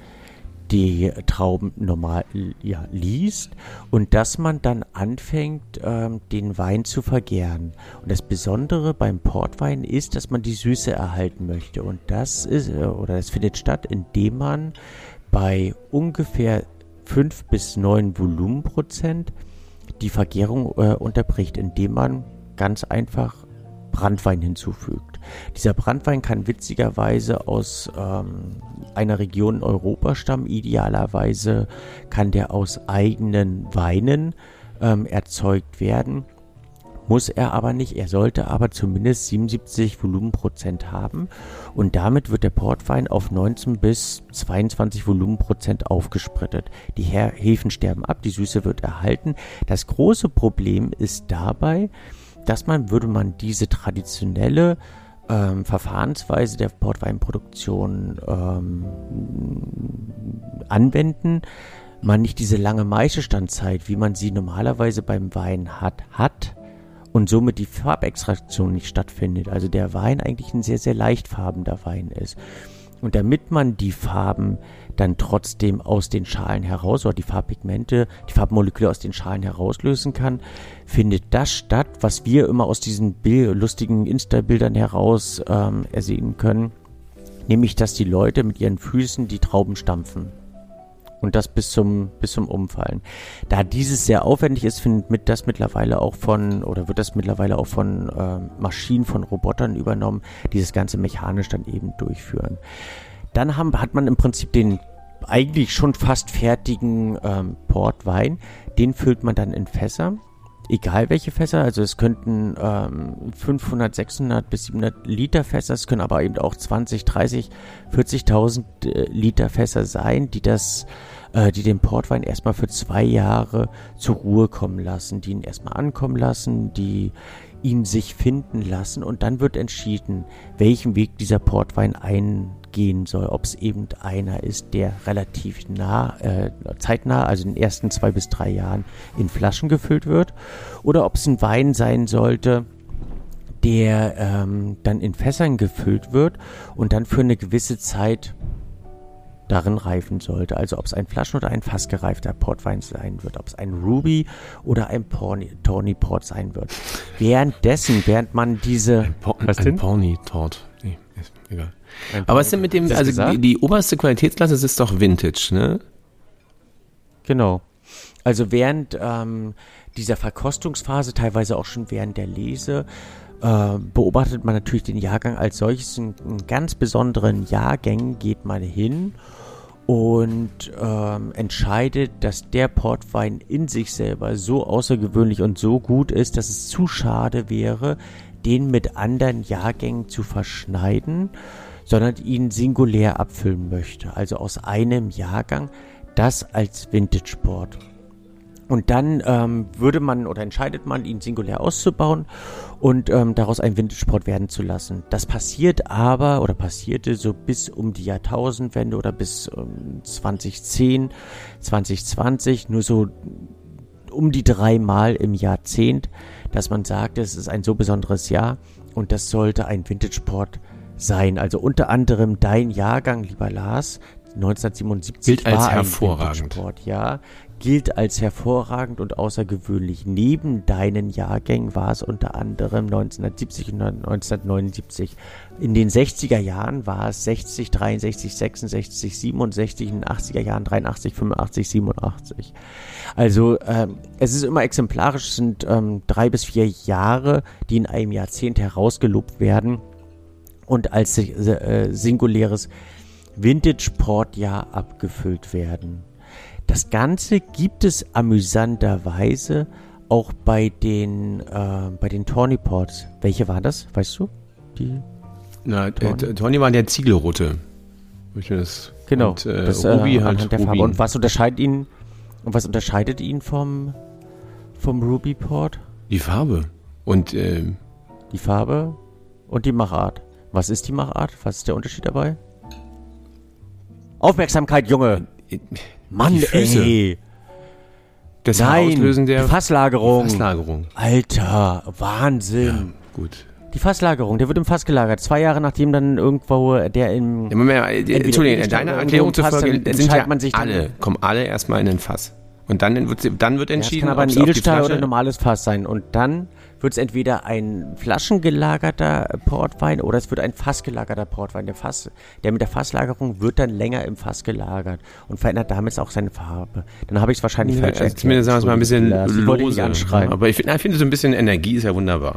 A: die Trauben normal ja, liest und dass man dann anfängt, ähm, den Wein zu vergären. Und das Besondere beim Portwein ist, dass man die Süße erhalten möchte. Und das ist, oder das findet statt, indem man bei ungefähr fünf bis neun Volumenprozent die Vergärung äh, unterbricht, indem man ganz einfach Branntwein hinzufügt. Dieser Branntwein kann witzigerweise aus ähm, einer Region in Europa stammen. Idealerweise kann der aus eigenen Weinen ähm, erzeugt werden. Muss er aber nicht. Er sollte aber zumindest siebenundsiebzig Volumenprozent haben. Und damit wird der Portwein auf neunzehn bis zweiundzwanzig Volumenprozent aufgesprittet. Die Hefen sterben ab, die Süße wird erhalten. Das große Problem ist dabei, dass man, würde man diese traditionelle ähm, Verfahrensweise der Portweinproduktion ähm, anwenden, man nicht diese lange Maischestandzeit, wie man sie normalerweise beim Wein hat, hat und somit die Farbextraktion nicht stattfindet. Also der Wein eigentlich ein sehr, sehr leichtfarbender Wein ist. Und damit man die Farben dann trotzdem aus den Schalen heraus, oder die Farbpigmente, die Farbmoleküle aus den Schalen herauslösen kann, findet das statt, was wir immer aus diesen Bild- lustigen Insta-Bildern heraus ähm, ersehen können, nämlich, dass die Leute mit ihren Füßen die Trauben stampfen. Und das bis zum, bis zum Umfallen. Da dieses sehr aufwendig ist, findet mit das mittlerweile auch von, oder wird das mittlerweile auch von äh, Maschinen, von Robotern übernommen, die das Ganze mechanisch dann eben durchführen. Dann haben, hat man im Prinzip den eigentlich schon fast fertigen ähm, Portwein. Den füllt man dann in Fässer. Egal welche Fässer, also es könnten ähm, fünfhundert, sechshundert bis siebenhundert Liter Fässer, es können aber eben auch zwanzig, dreißig, vierzigtausend äh, Liter Fässer sein, die das, äh, die den Portwein erstmal für zwei Jahre zur Ruhe kommen lassen, die ihn erstmal ankommen lassen, die ihn sich finden lassen und dann wird entschieden, welchen Weg dieser Portwein eingehen soll, ob es eben einer ist, der relativ nah, äh, zeitnah, also in den ersten zwei bis drei Jahren in Flaschen gefüllt wird, oder ob es ein Wein sein sollte, der ähm, dann in Fässern gefüllt wird und dann für eine gewisse Zeit darin reifen sollte. Also ob es ein Flaschen- oder ein fassgereifter Portwein sein wird, ob es ein Ruby oder ein Tawny Port sein wird. Währenddessen, während man diese...
B: Ein, po was ein Tawny Port. Nee, ist egal. Aber was ist denn mit dem, also die, die oberste Qualitätsklasse, das ist doch Vintage, ne?
A: Genau. Also während ähm, dieser Verkostungsphase, teilweise auch schon während der Lese, äh, beobachtet man natürlich den Jahrgang als solches. In, in ganz besonderen Jahrgängen geht man hin und ähm, entscheidet, dass der Portwein in sich selber so außergewöhnlich und so gut ist, dass es zu schade wäre, den mit anderen Jahrgängen zu verschneiden, sondern ihn singulär abfüllen möchte. Also aus einem Jahrgang, das als Vintage Port. Und dann ähm, würde man oder entscheidet man, ihn singulär auszubauen und ähm, daraus ein Vintage Port werden zu lassen. Das passiert aber oder passierte so bis um die Jahrtausendwende oder bis ähm, zwanzig zehn, zwanzig zwanzig, nur so um die dreimal im Jahrzehnt, dass man sagt, es ist ein so besonderes Jahr und das sollte ein Vintage Port sein. Also unter anderem dein Jahrgang, lieber Lars, neunzehnhundertsiebenundsiebzig
B: gilt als
A: war
B: hervorragend.
A: Ein Vintage Port, ja, gilt als hervorragend und außergewöhnlich. Neben deinen Jahrgängen war es unter anderem neunzehnhundertsiebzig und neunzehnhundertneunundsiebzig. In den sechziger Jahren war es sechzig, dreiundsechzig, sechsundsechzig, siebenundsechzig, in den achtziger Jahren dreiundachtzig, fünfundachtzig, siebenundachtzig. Also ähm, es ist immer exemplarisch, es sind ähm, drei bis vier Jahre, die in einem Jahrzehnt herausgelobt werden und als äh, singuläres Vintage-Port-Jahr abgefüllt werden. Das Ganze gibt es amüsanterweise auch bei den äh, bei den Tawny Ports. Welche waren das? Weißt du? Die
B: Na, Tawny, Tawny war der Ziegelrote. Das
A: genau.
B: Und, äh,
A: das,
B: Ruby
A: äh,
B: halt
A: anhand der
B: Rubin.
A: Farbe. Und was unterscheidet ihn? Und was unterscheidet ihn vom vom Ruby Port?
B: Die Farbe und äh,
A: die Farbe und die Machart. Was ist die Machart? Was ist der Unterschied dabei? Aufmerksamkeit, Junge! Mann, ey!
B: Das
A: Nein,
B: Auslösen der
A: die Fasslagerung.
B: Fasslagerung.
A: Alter, Wahnsinn.
B: Ja, gut.
A: Die Fasslagerung, der wird im Fass gelagert. Zwei Jahre nachdem dann irgendwo der im...
B: Ja, Moment, Entschuldigung, in deiner Erklärung zufolge sind ja
A: man sich
B: alle, kommen alle erstmal in den Fass. Und dann wird, dann wird entschieden,
A: ja, das kann aber ein Edelstahl oder ein normales Fass sein. Und dann wird es entweder ein flaschengelagerter Portwein oder es wird ein fassgelagerter Portwein. Der, Fass, der mit der Fasslagerung wird dann länger im Fass gelagert und verändert damit auch seine Farbe. Dann habe ich es wahrscheinlich
B: ja,
A: falsch
B: erklärt. Zumindest sagen wir es mal ein bisschen
A: lose. Wollte ich nicht anschreien.
B: Aber ich finde, find, so ein bisschen Energie ist ja wunderbar.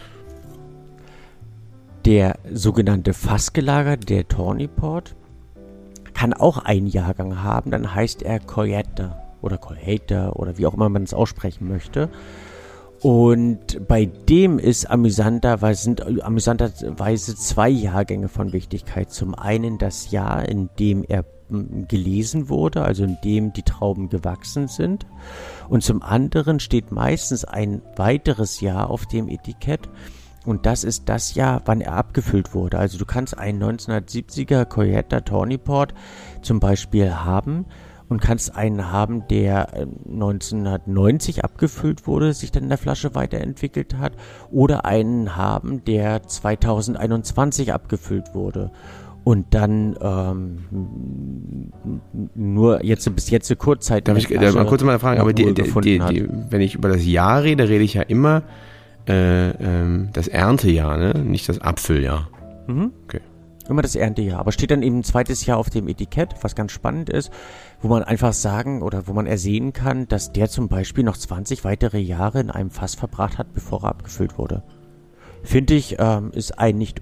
A: Der sogenannte fassgelagerte, der Tawny Port, kann auch einen Jahrgang haben. Dann heißt er Colheita oder Colheita oder wie auch immer man es aussprechen möchte. Und bei dem ist amüsanterweise, sind amüsanterweise zwei Jahrgänge von Wichtigkeit. Zum einen das Jahr, in dem er gelesen wurde, also in dem die Trauben gewachsen sind. Und zum anderen steht meistens ein weiteres Jahr auf dem Etikett. Und das ist das Jahr, wann er abgefüllt wurde. Also du kannst einen neunzehnhundertsiebziger Coyetta Tawny Port zum Beispiel haben und kannst einen haben, der neunzehnhundertneunzig abgefüllt wurde, sich dann in der Flasche weiterentwickelt hat, oder einen haben, der zweitausendeinundzwanzig abgefüllt wurde und dann ähm, nur jetzt bis jetzt eine Kurzzeit.
B: Darf ich äh, mal kurz mal fragen, aber die, die, die, die, wenn ich über das Jahr rede, rede ich ja immer äh, ähm, das Erntejahr, ne? Nicht das Abfülljahr.
A: Mhm.
B: Okay.
A: Immer das Erntejahr. Aber steht dann eben ein zweites Jahr auf dem Etikett, was ganz spannend ist, wo man einfach sagen oder wo man ersehen kann, dass der zum Beispiel noch zwanzig weitere Jahre in einem Fass verbracht hat, bevor er abgefüllt wurde. Finde ich, ähm, ist ein nicht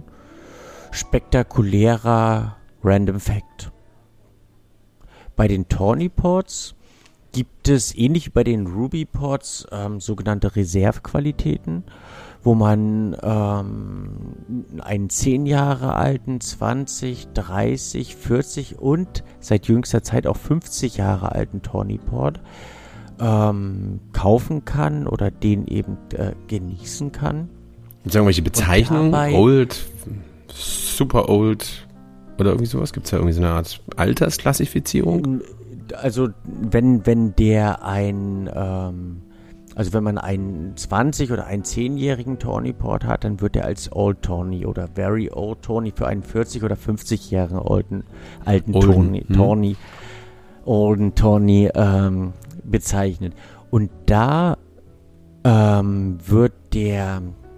A: unspektakulärer Random Fact. Bei den Tawny Ports gibt es, ähnlich wie bei den Ruby Ports, ähm, sogenannte Reservequalitäten, wo man ähm, einen zehn Jahre alten, zwanzig, dreißig, vierzig und seit jüngster Zeit auch fünfzig Jahre alten Tawny Port ähm, kaufen kann oder den eben äh, genießen kann.
B: Gibt es irgendwelche Bezeichnungen? Old, super old oder irgendwie sowas? Gibt es da irgendwie so eine Art Altersklassifizierung?
A: Also wenn, wenn der ein ähm, Also wenn man einen zwanzig- oder einen zehnjährigen Tawny Port hat, dann wird er als Old Tawny oder Very Old Tawny für einen vierzig- oder fünfzigjährigen alten, alten
B: Olden,
A: Tawny,
B: hm.
A: Tawny, Olden Tawny ähm, bezeichnet. Und da ähm, wird der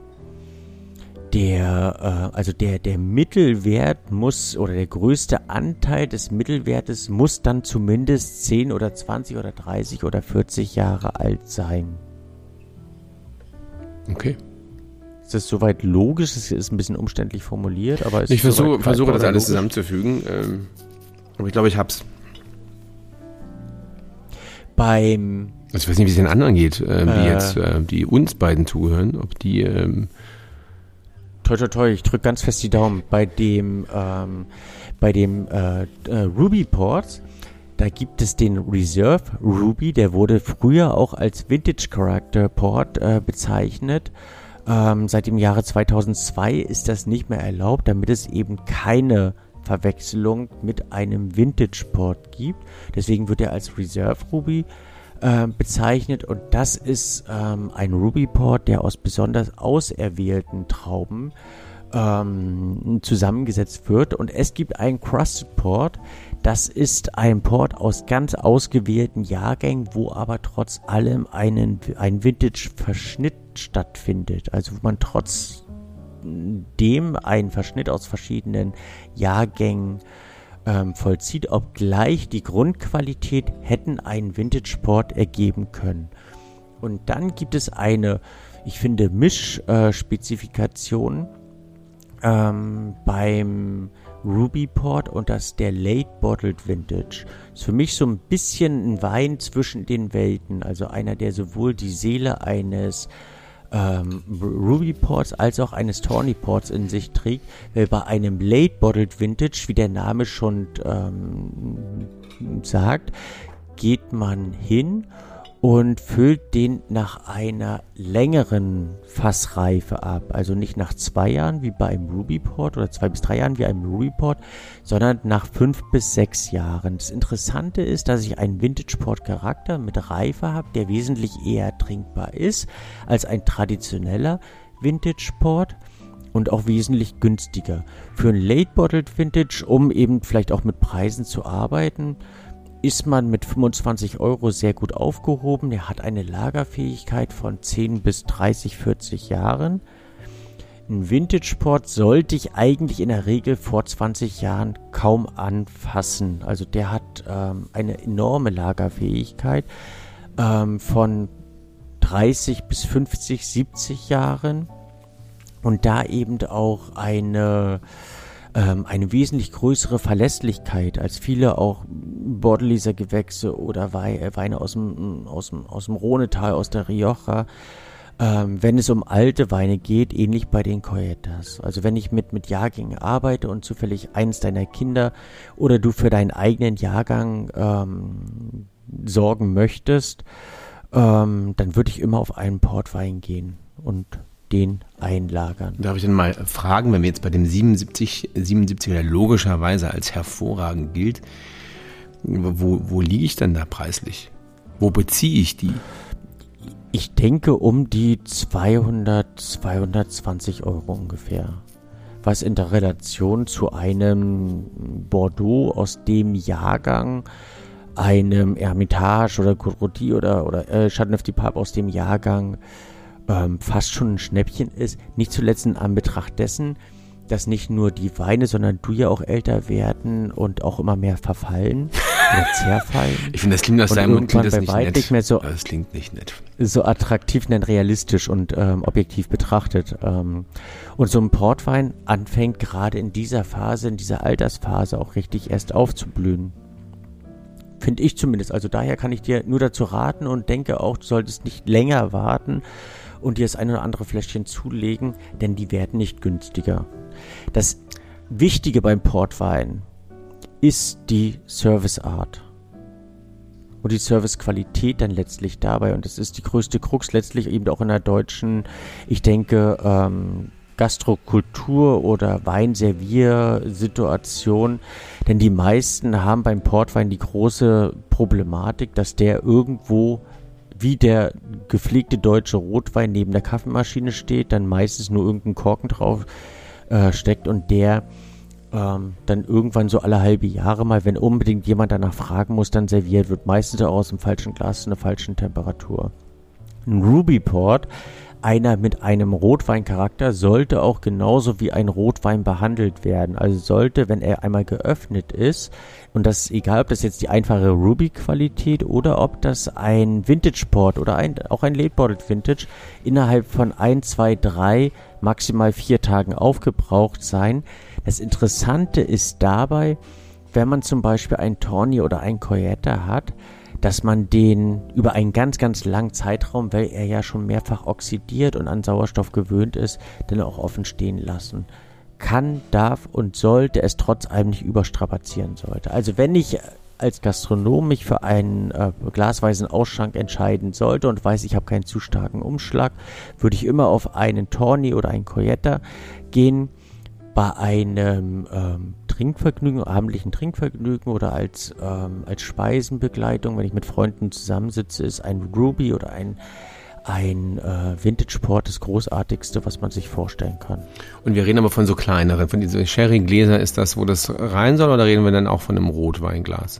A: der, äh, also der, der Mittelwert muss, oder der größte Anteil des Mittelwertes muss dann zumindest zehn oder zwanzig oder dreißig oder vierzig Jahre alt sein.
B: Okay.
A: Ist das soweit logisch? Es ist ein bisschen umständlich formuliert, aber es
B: ich
A: ist
B: versuche, versuche das alles
A: logisch
B: zusammenzufügen, ähm, aber ich glaube, ich hab's.
A: Beim
B: Also ich weiß nicht, wie es den anderen geht, ähm, die
A: äh,
B: jetzt, äh, die uns beiden zuhören, ob die ähm,
A: Toi, toi, toi, ich drücke ganz fest die Daumen. Bei dem, ähm, bei dem äh, äh, Ruby Port, da gibt es den Reserve Ruby, der wurde früher auch als Vintage Character Port äh, bezeichnet. Ähm, seit dem Jahre zweitausendzwei ist das nicht mehr erlaubt, damit es eben keine Verwechslung mit einem Vintage Port gibt. Deswegen wird er als Reserve Ruby äh, bezeichnet, und das ist ähm, ein Ruby Port, der aus besonders auserwählten Trauben ähm, zusammengesetzt wird, und es gibt einen Crusted Port. Das ist ein Port aus ganz ausgewählten Jahrgängen, wo aber trotz allem einen, ein Vintage-Verschnitt stattfindet, also wo man trotzdem einen Verschnitt aus verschiedenen Jahrgängen Ähm, vollzieht, obgleich die Grundqualität hätten einen Vintage-Port ergeben können. Und dann gibt es eine, ich finde, Mischspezifikation äh, ähm, beim Ruby Port, und das ist der Late Bottled Vintage. Ist für mich so ein bisschen ein Wein zwischen den Welten, also einer, der sowohl die Seele eines Ähm, Ruby Ports als auch eines Tawny Ports in sich trägt, weil bei einem Late Bottled Vintage, wie der Name schon ähm, sagt, geht man hin und füllt den nach einer längeren Fassreife ab. Also nicht nach zwei Jahren wie bei einem Ruby Port oder zwei bis drei Jahren wie einem Ruby Port, sondern nach fünf bis sechs Jahren. Das Interessante ist, dass ich einen Vintage Port Charakter mit Reife habe, der wesentlich eher trinkbar ist als ein traditioneller Vintage Port und auch wesentlich günstiger. Für ein Late Bottled Vintage, um eben vielleicht auch mit Preisen zu arbeiten, ist man mit fünfundzwanzig Euro sehr gut aufgehoben. Der hat eine Lagerfähigkeit von zehn bis dreißig, vierzig Jahren. Ein Vintage Port sollte ich eigentlich in der Regel vor zwanzig Jahren kaum anfassen. Also der hat ähm, eine enorme Lagerfähigkeit ähm, von dreißig bis fünfzig, siebzig Jahren. Und da eben auch eine ähm, eine wesentlich größere Verlässlichkeit als viele auch Bordeleser Gewächse oder Weine aus dem, aus dem, aus dem Rhonetal, aus der Rioja. Ähm, wenn es um alte Weine geht, ähnlich bei den Colheitas. Also wenn ich mit, mit Jahrgängen arbeite und zufällig eins deiner Kinder oder du für deinen eigenen Jahrgang ähm, sorgen möchtest, ähm, dann würde ich immer auf einen Portwein gehen und den einlagern.
B: Darf ich denn mal fragen, wenn wir jetzt bei dem siebenundsiebzig, siebenundsiebziger logischerweise als hervorragend gilt, wo, wo liege ich denn da preislich? Wo beziehe ich die?
A: Ich denke um die zweihundert, zweihundertzwanzig Euro ungefähr. Was in der Relation zu einem Bordeaux aus dem Jahrgang, einem Hermitage oder Côte-Rôtie oder, oder äh, Châteauneuf-du-Pape aus dem Jahrgang ähm, fast schon ein Schnäppchen ist. Nicht zuletzt in Anbetracht dessen, dass nicht nur die Weine, sondern du ja auch älter werden und auch immer mehr verfallen oder zerfallen.
B: Ich finde, das klingt aus deinem Mund klingt das nicht nett.
A: Nicht mehr so,
B: das klingt nicht nett.
A: So attraktiv, denn realistisch und ähm, objektiv betrachtet. Ähm, und so ein Portwein anfängt gerade in dieser Phase, in dieser Altersphase auch richtig erst aufzublühen. Finde ich zumindest. Also daher kann ich dir nur dazu raten und denke auch, du solltest nicht länger warten und dir das eine oder andere Fläschchen zulegen, denn die werden nicht günstiger. Das Wichtige beim Portwein ist die Serviceart und die Servicequalität dann letztlich dabei. Und das ist die größte Krux letztlich eben auch in der deutschen, ich denke, ähm, Gastrokultur oder Weinserviersituation. Denn die meisten haben beim Portwein die große Problematik, dass der irgendwo wie der gepflegte deutsche Rotwein neben der Kaffeemaschine steht, dann meistens nur irgendein Korken drauf äh, steckt und der ähm, dann irgendwann so alle halbe Jahre mal, wenn unbedingt jemand danach fragen muss, dann serviert wird. Meistens auch aus dem falschen Glas zu einer falschen Temperatur. Ein Ruby Port, einer mit einem Rotweincharakter, sollte auch genauso wie ein Rotwein behandelt werden. Also sollte, wenn er einmal geöffnet ist, und das ist egal, ob das jetzt die einfache Ruby-Qualität oder ob das ein Vintage-Port oder ein, auch ein Late-Bottled Vintage innerhalb von ein, zwei, drei, maximal vier Tagen aufgebraucht sein. Das Interessante ist dabei, wenn man zum Beispiel ein Tawny oder ein Colheita hat, dass man den über einen ganz, ganz langen Zeitraum, weil er ja schon mehrfach oxidiert und an Sauerstoff gewöhnt ist, dann auch offen stehen lassen kann, darf und sollte, es trotz allem nicht überstrapazieren sollte. Also wenn ich als Gastronom mich für einen äh, glasweisen Ausschank entscheiden sollte und weiß, ich habe keinen zu starken Umschlag, würde ich immer auf einen Tawny oder einen Colheita gehen. Bei einem ähm, Trinkvergnügen, abendlichen Trinkvergnügen oder als, ähm, als Speisenbegleitung, wenn ich mit Freunden zusammensitze, ist ein Ruby oder ein, ein äh, Vintage-Port das Großartigste, was man sich vorstellen kann.
B: Und wir reden aber von so kleineren, von diesen Sherry-Gläser, ist das, wo das rein soll, oder reden wir dann auch von einem Rotweinglas?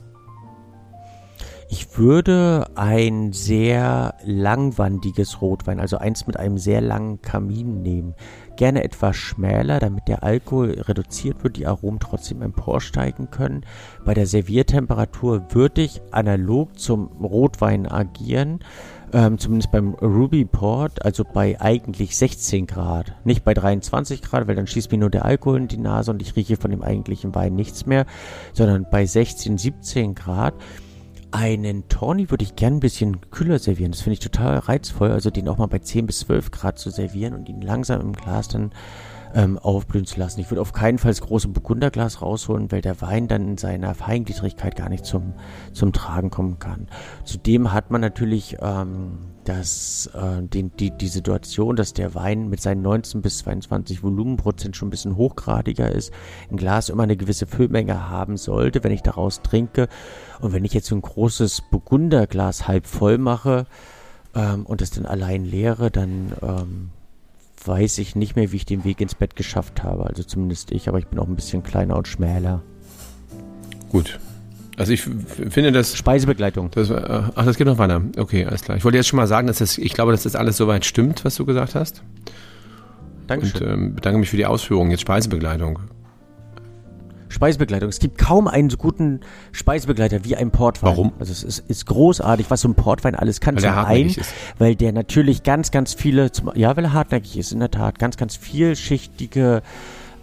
A: Ich würde ein sehr langwandiges Rotwein, also eins mit einem sehr langen Kamin nehmen. Gerne etwas schmäler, damit der Alkohol reduziert wird, die Aromen trotzdem emporsteigen können. Bei der Serviertemperatur würde ich analog zum Rotwein agieren, ähm, zumindest beim Ruby Port, also bei eigentlich sechzehn Grad. Nicht bei dreiundzwanzig Grad, weil dann schießt mir nur der Alkohol in die Nase und ich rieche von dem eigentlichen Wein nichts mehr, sondern bei sechzehn, siebzehn Grad. Einen Tawny würde ich gern ein bisschen kühler servieren. Das finde ich total reizvoll. Also den auch mal bei zehn bis zwölf Grad zu servieren und ihn langsam im Glas dann ähm, aufblühen zu lassen. Ich würde auf keinen Fall das große Burgunderglas rausholen, weil der Wein dann in seiner Feingliedrigkeit gar nicht zum, zum Tragen kommen kann. Zudem hat man natürlich ähm, das, äh, den, die, die Situation, dass der Wein mit seinen neunzehn bis zweiundzwanzig Volumenprozent schon ein bisschen hochgradiger ist. Ein Glas immer eine gewisse Füllmenge haben sollte, wenn ich daraus trinke. Und wenn ich jetzt so ein großes Burgunderglas halb voll mache ähm, und es dann allein leere, dann ähm, weiß ich nicht mehr, wie ich den Weg ins Bett geschafft habe. Also zumindest ich, aber ich bin auch ein bisschen kleiner und schmäler.
B: Gut. Also ich f- finde das...
A: Speisebegleitung.
B: Das, äh, ach, das geht noch weiter. Okay, alles klar. Ich wollte jetzt schon mal sagen, dass das, ich glaube, dass das alles soweit stimmt, was du gesagt hast.
A: Dankeschön.
B: Und ähm, bedanke mich für die Ausführungen. Jetzt Speisebegleitung.
A: Speisebegleitung. Es gibt kaum einen so guten Speisebegleiter wie ein Portwein.
B: Warum?
A: Also es ist, ist großartig, was so ein Portwein alles kann.
B: Weil
A: Zum
B: der hartnäckig
A: einen,
B: ist.
A: weil der natürlich ganz, ganz viele, zum, ja, weil er hartnäckig ist, in der Tat, ganz, ganz vielschichtige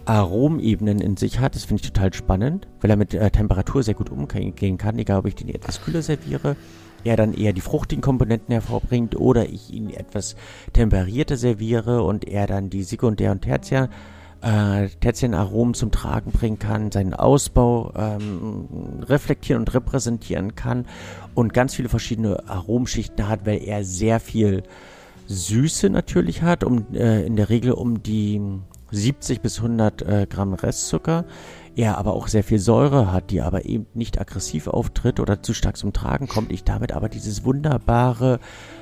A: Aromebenen in sich hat. Das finde ich total spannend, weil er mit äh, Temperatur sehr gut umgehen kann, egal ob ich den etwas kühler serviere, er dann eher die fruchtigen Komponenten hervorbringt oder ich ihn etwas temperierter serviere und er dann die Sekundär- und Tertiär, äh, Tertiäraromen zum Tragen bringen kann, seinen Ausbau ähm, reflektieren und repräsentieren kann und ganz viele verschiedene Aromenschichten hat, weil er sehr viel Süße natürlich hat, um äh, in der Regel um die siebzig bis hundert äh, Gramm Restzucker, er aber auch sehr viel Säure hat, die aber eben nicht aggressiv auftritt oder zu stark zum Tragen kommt, ich damit aber dieses wunderbare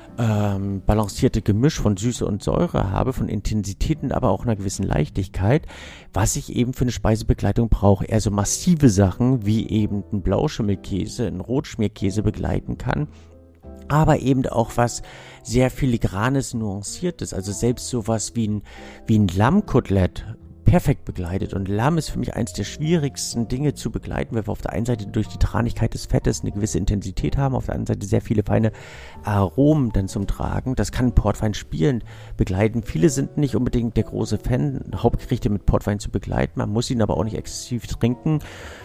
A: ähm, balancierte Gemisch von Süße und Säure habe, von Intensitäten, aber auch einer gewissen Leichtigkeit, was ich eben für eine Speisebegleitung brauche. Eher so massive Sachen, wie eben ein Blauschimmelkäse, ein Rotschmierkäse begleiten kann, aber eben auch was sehr filigranes, nuanciertes, also selbst sowas wie ein, wie ein Lammkotelett perfekt begleitet. Und Lamm ist für mich eins der schwierigsten Dinge zu begleiten, weil wir auf der einen Seite durch die Tranigkeit des Fettes eine gewisse Intensität haben, auf der anderen Seite sehr viele feine Aromen dann zum Tragen. Das kann Portwein spielend begleiten. Viele sind nicht unbedingt der große Fan, Hauptgerichte mit Portwein zu begleiten. Man muss ihn aber auch nicht exzessiv trinken.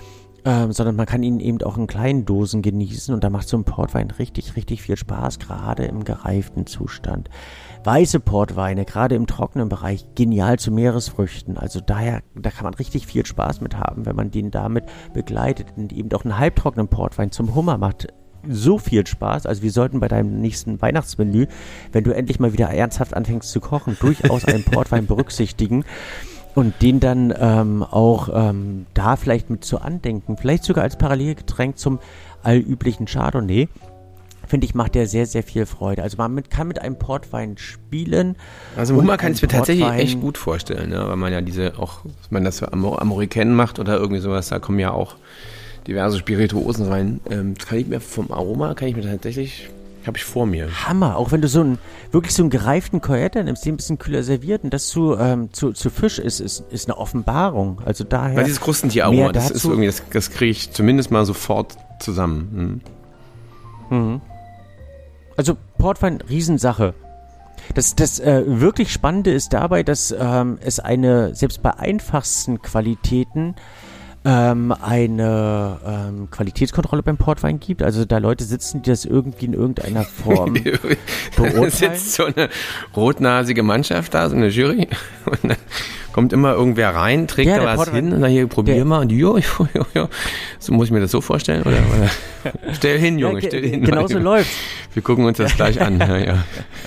A: Ähm, sondern man kann ihn eben auch in kleinen Dosen genießen und da macht so ein Portwein richtig, richtig viel Spaß, gerade im gereiften Zustand. Weiße Portweine, gerade im trockenen Bereich, genial zu Meeresfrüchten, also daher, da kann man richtig viel Spaß mit haben, wenn man den damit begleitet. Und eben auch einen halbtrockenen Portwein zum Hummer macht so viel Spaß, also wir sollten bei deinem nächsten Weihnachtsmenü, wenn du endlich mal wieder ernsthaft anfängst zu kochen, durchaus einen Portwein berücksichtigen. Und den dann ähm, auch ähm, da vielleicht mit zu andenken, vielleicht sogar als Parallelgetränk zum allüblichen Chardonnay, finde ich, macht der sehr, sehr viel Freude. Also man mit, kann mit einem Portwein spielen.
B: Also Hummer kann ich mir tatsächlich echt gut vorstellen, ne? Weil man ja diese auch, dass man das für Amor- Amoricaine macht oder irgendwie sowas, da kommen ja auch diverse Spirituosen rein. Ähm, das kann ich mir vom Aroma, kann ich mir tatsächlich... habe ich vor mir.
A: Hammer, auch wenn du so einen, wirklich so einen gereiften Coetta nimmst, den ein bisschen kühler serviert und das zu, ähm, zu, zu Fisch ist, ist, ist eine Offenbarung. Also daher.
B: Weil dieses Krustentieraroma, das ist irgendwie, das, das kriege ich zumindest mal sofort zusammen.
A: Hm. Mhm. Also Portwein, Riesensache. Das, das äh, wirklich Spannende ist dabei, dass ähm, es eine, selbst bei einfachsten Qualitäten, ähm, eine ähm, Qualitätskontrolle beim Portwein gibt. Also da Leute sitzen, die das irgendwie in irgendeiner Form beurteilen.
B: Sitzt so eine rotnasige Mannschaft da, so eine Jury, und dann kommt immer irgendwer rein, trägt ja, da was Portwein, hin und dann hier, probier der, mal und jo, jo, jo, jo. So muss ich mir das so vorstellen? Oder, oder? Stell hin, Junge, ja, stell hin.
A: Genau so läuft's.
B: Wir gucken uns das gleich an. Ja, ja.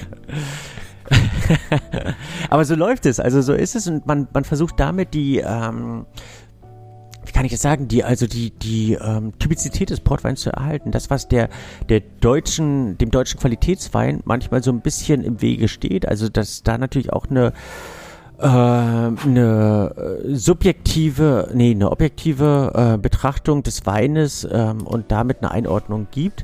A: Aber so läuft es, also so ist es und man, man versucht damit die, ähm, wie kann ich das sagen, die, also die, die ähm, Typizität des Portweins zu erhalten. Das, was der, der deutschen, dem deutschen Qualitätswein manchmal so ein bisschen im Wege steht, also dass da natürlich auch eine äh, eine subjektive, nee, eine objektive äh, Betrachtung des Weines ähm, und damit eine Einordnung gibt.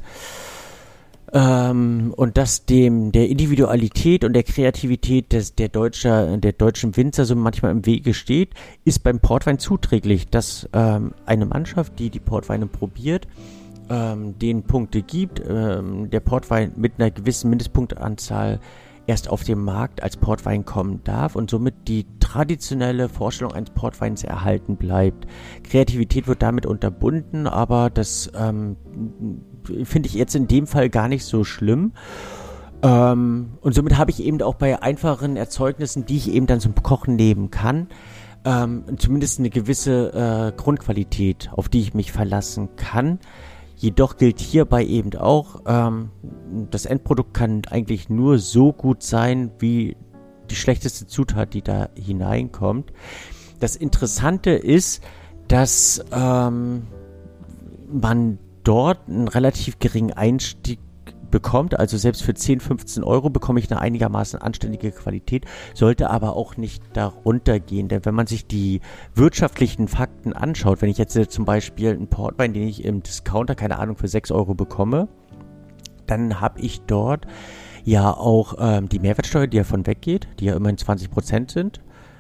A: Ähm, und dass dem der Individualität und der Kreativität des der deutscher der deutschen Winzer so manchmal im Wege steht, ist beim Portwein zuträglich, dass ähm, eine Mannschaft, die die Portweine probiert, ähm, den Punkte gibt, ähm, der Portwein mit einer gewissen Mindestpunktanzahl erst auf den Markt als Portwein kommen darf und somit die traditionelle Vorstellung eines Portweins erhalten bleibt. Kreativität wird damit unterbunden, aber das ähm, finde ich jetzt in dem Fall gar nicht so schlimm. Ähm, und somit habe ich eben auch bei einfachen Erzeugnissen, die ich eben dann zum Kochen nehmen kann, ähm, zumindest eine gewisse äh, Grundqualität, auf die ich mich verlassen kann. Jedoch gilt hierbei eben auch, ähm, das Endprodukt kann eigentlich nur so gut sein, wie die schlechteste Zutat, die da hineinkommt. Das Interessante ist, dass ähm, man dort einen relativ geringen Einstieg bekommt, also selbst für zehn, fünfzehn Euro bekomme ich eine einigermaßen anständige Qualität, sollte aber auch nicht darunter gehen, denn wenn man sich die wirtschaftlichen Fakten anschaut, wenn ich jetzt zum Beispiel einen Portwein, den ich im Discounter, keine Ahnung, für sechs Euro bekomme, dann habe ich dort ja auch ähm, die Mehrwertsteuer, die ja von weggeht, die ja immerhin zwanzig Prozent sind.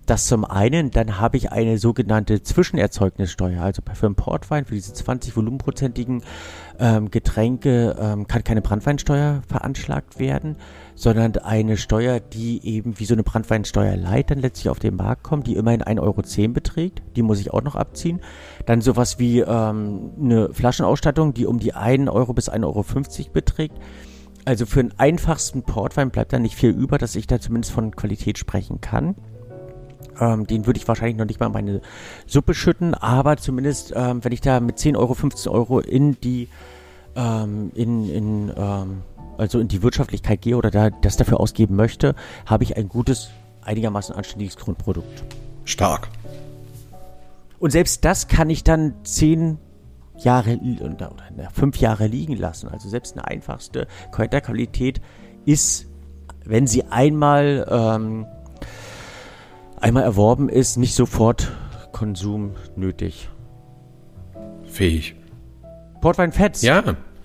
A: das zum einen, dann habe ich eine sogenannte Zwischenerzeugnissteuer. Also für einen Portwein, für diese zwanzig volumenprozentigen ähm, Getränke ähm, kann keine Branntweinsteuer veranschlagt werden, sondern eine Steuer, die eben wie so eine Branntweinsteuer light dann letztlich auf den Markt kommt, die immerhin ein Euro zehn beträgt. Die muss ich auch noch abziehen. Dann sowas wie ähm, eine Flaschenausstattung, die um die ein Euro bis ein Euro fünfzig beträgt. Also für den einfachsten Portwein bleibt da nicht viel über, dass ich da zumindest von Qualität sprechen kann. Ähm, den würde ich wahrscheinlich noch nicht mal in meine Suppe schütten, aber zumindest, ähm, wenn ich da mit zehn Euro, fünfzehn Euro in die, ähm, in, in, ähm, also in die Wirtschaftlichkeit gehe oder da das dafür ausgeben möchte, habe ich ein gutes, einigermaßen anständiges Grundprodukt.
B: Stark.
A: Und selbst das kann ich dann zehn Jahre oder fünf Jahre liegen lassen. Also selbst eine einfachste Qualität ist, wenn sie einmal ähm, einmal erworben ist, nicht sofort Konsum nötig.
B: Fähig.
A: Portwein Fetz.
B: Ja.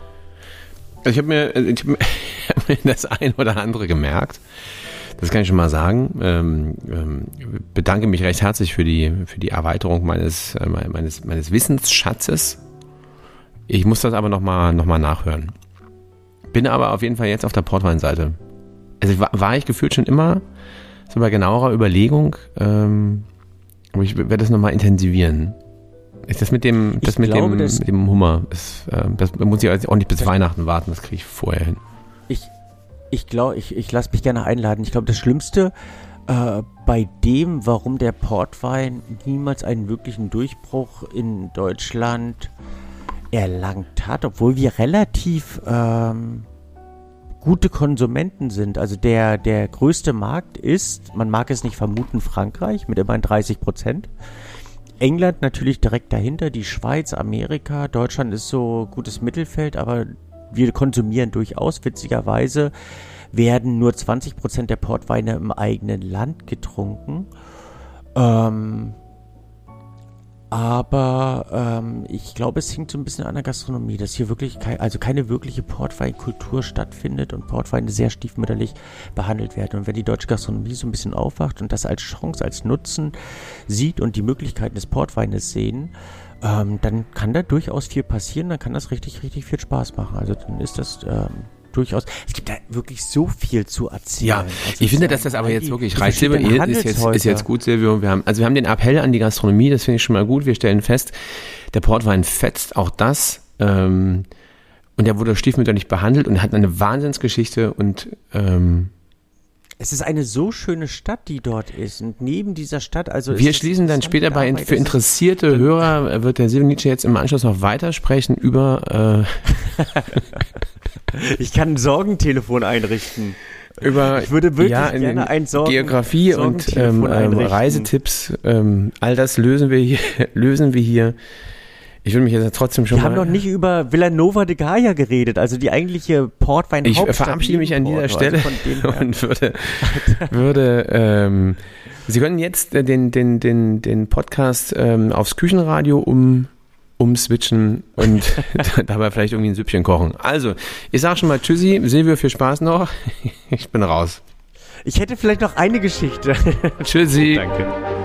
B: Ich habe mir, ich hab mir das ein oder andere gemerkt. Das kann ich schon mal sagen. Ähm, ähm, bedanke mich recht herzlich für die, für die Erweiterung meines, äh, meines, meines Wissensschatzes. Ich muss das aber nochmal noch mal nachhören. Bin aber auf jeden Fall jetzt auf der Portweinseite. Also war, war ich gefühlt schon immer so bei genauerer Überlegung, ähm, aber ich werde das nochmal intensivieren. Ist das mit dem, das mit, glaube, dem mit dem Hummer, ist, äh, das muss ich auch nicht bis Weihnachten warten, das kriege ich vorher hin.
A: Ich, ich glaube, ich, ich lasse mich gerne einladen. Ich glaube, das Schlimmste äh, bei dem, warum der Portwein niemals einen wirklichen Durchbruch in Deutschland erlangt hat, obwohl wir relativ ähm, gute Konsumenten sind. Also der, der größte Markt ist, man mag es nicht vermuten, Frankreich mit immerhin dreißig Prozent. England natürlich direkt dahinter, die Schweiz, Amerika, Deutschland ist so gutes Mittelfeld, aber wir konsumieren durchaus. Witzigerweise werden nur zwanzig Prozent der Portweine im eigenen Land getrunken. Ähm, aber ähm, ich glaube, es hängt so ein bisschen an der Gastronomie, dass hier wirklich kei- also keine wirkliche Portweinkultur stattfindet und Portweine sehr stiefmütterlich behandelt werden. Und wenn die deutsche Gastronomie so ein bisschen aufwacht und das als Chance, als Nutzen sieht und die Möglichkeiten des Portweines sehen, ähm, dann kann da durchaus viel passieren, dann kann das richtig, richtig viel Spaß machen. Also dann ist das ähm, durchaus, es gibt da wirklich so viel zu erzählen.
B: Ja,
A: also
B: ich finde, dass das aber jetzt wirklich reicht. Silvio, ist jetzt, ist jetzt gut, Silvio. Wir haben, also wir haben den Appell an die Gastronomie, das finde ich schon mal gut. Wir stellen fest, der Portwein fetzt, auch das. Ähm, und der wurde stiefmütterlich behandelt und hat eine Wahnsinnsgeschichte und ähm,
A: es ist eine so schöne Stadt, die dort ist. Und neben dieser Stadt, also
B: wir schließen dann später bei, dabei, für interessierte Hörer wird der Silvio Nitzsche jetzt im Anschluss noch weitersprechen über
A: äh ich kann ein Sorgentelefon einrichten.
B: Über
A: ich würde wirklich
B: ja,
A: gerne ein Sorgen,
B: Geografie und ähm, ähm, Reisetipps, ähm, all das lösen wir hier, lösen wir hier. Ich würde mich jetzt trotzdem schon
A: wir
B: mal...
A: Wir haben noch nicht über Villanova de Gaia geredet, also die eigentliche Portwein-Hauptstadt.
B: Ich verabschiede mich an dieser Stelle also und würde... würde ähm, Sie können jetzt den, den, den, den Podcast ähm, aufs Küchenradio um, umswitchen und dabei vielleicht irgendwie ein Süppchen kochen. Also, ich sage schon mal Tschüssi, Silvio, viel Spaß noch. Ich bin raus.
A: Ich hätte vielleicht noch eine Geschichte.
B: Tschüssi.
A: Danke.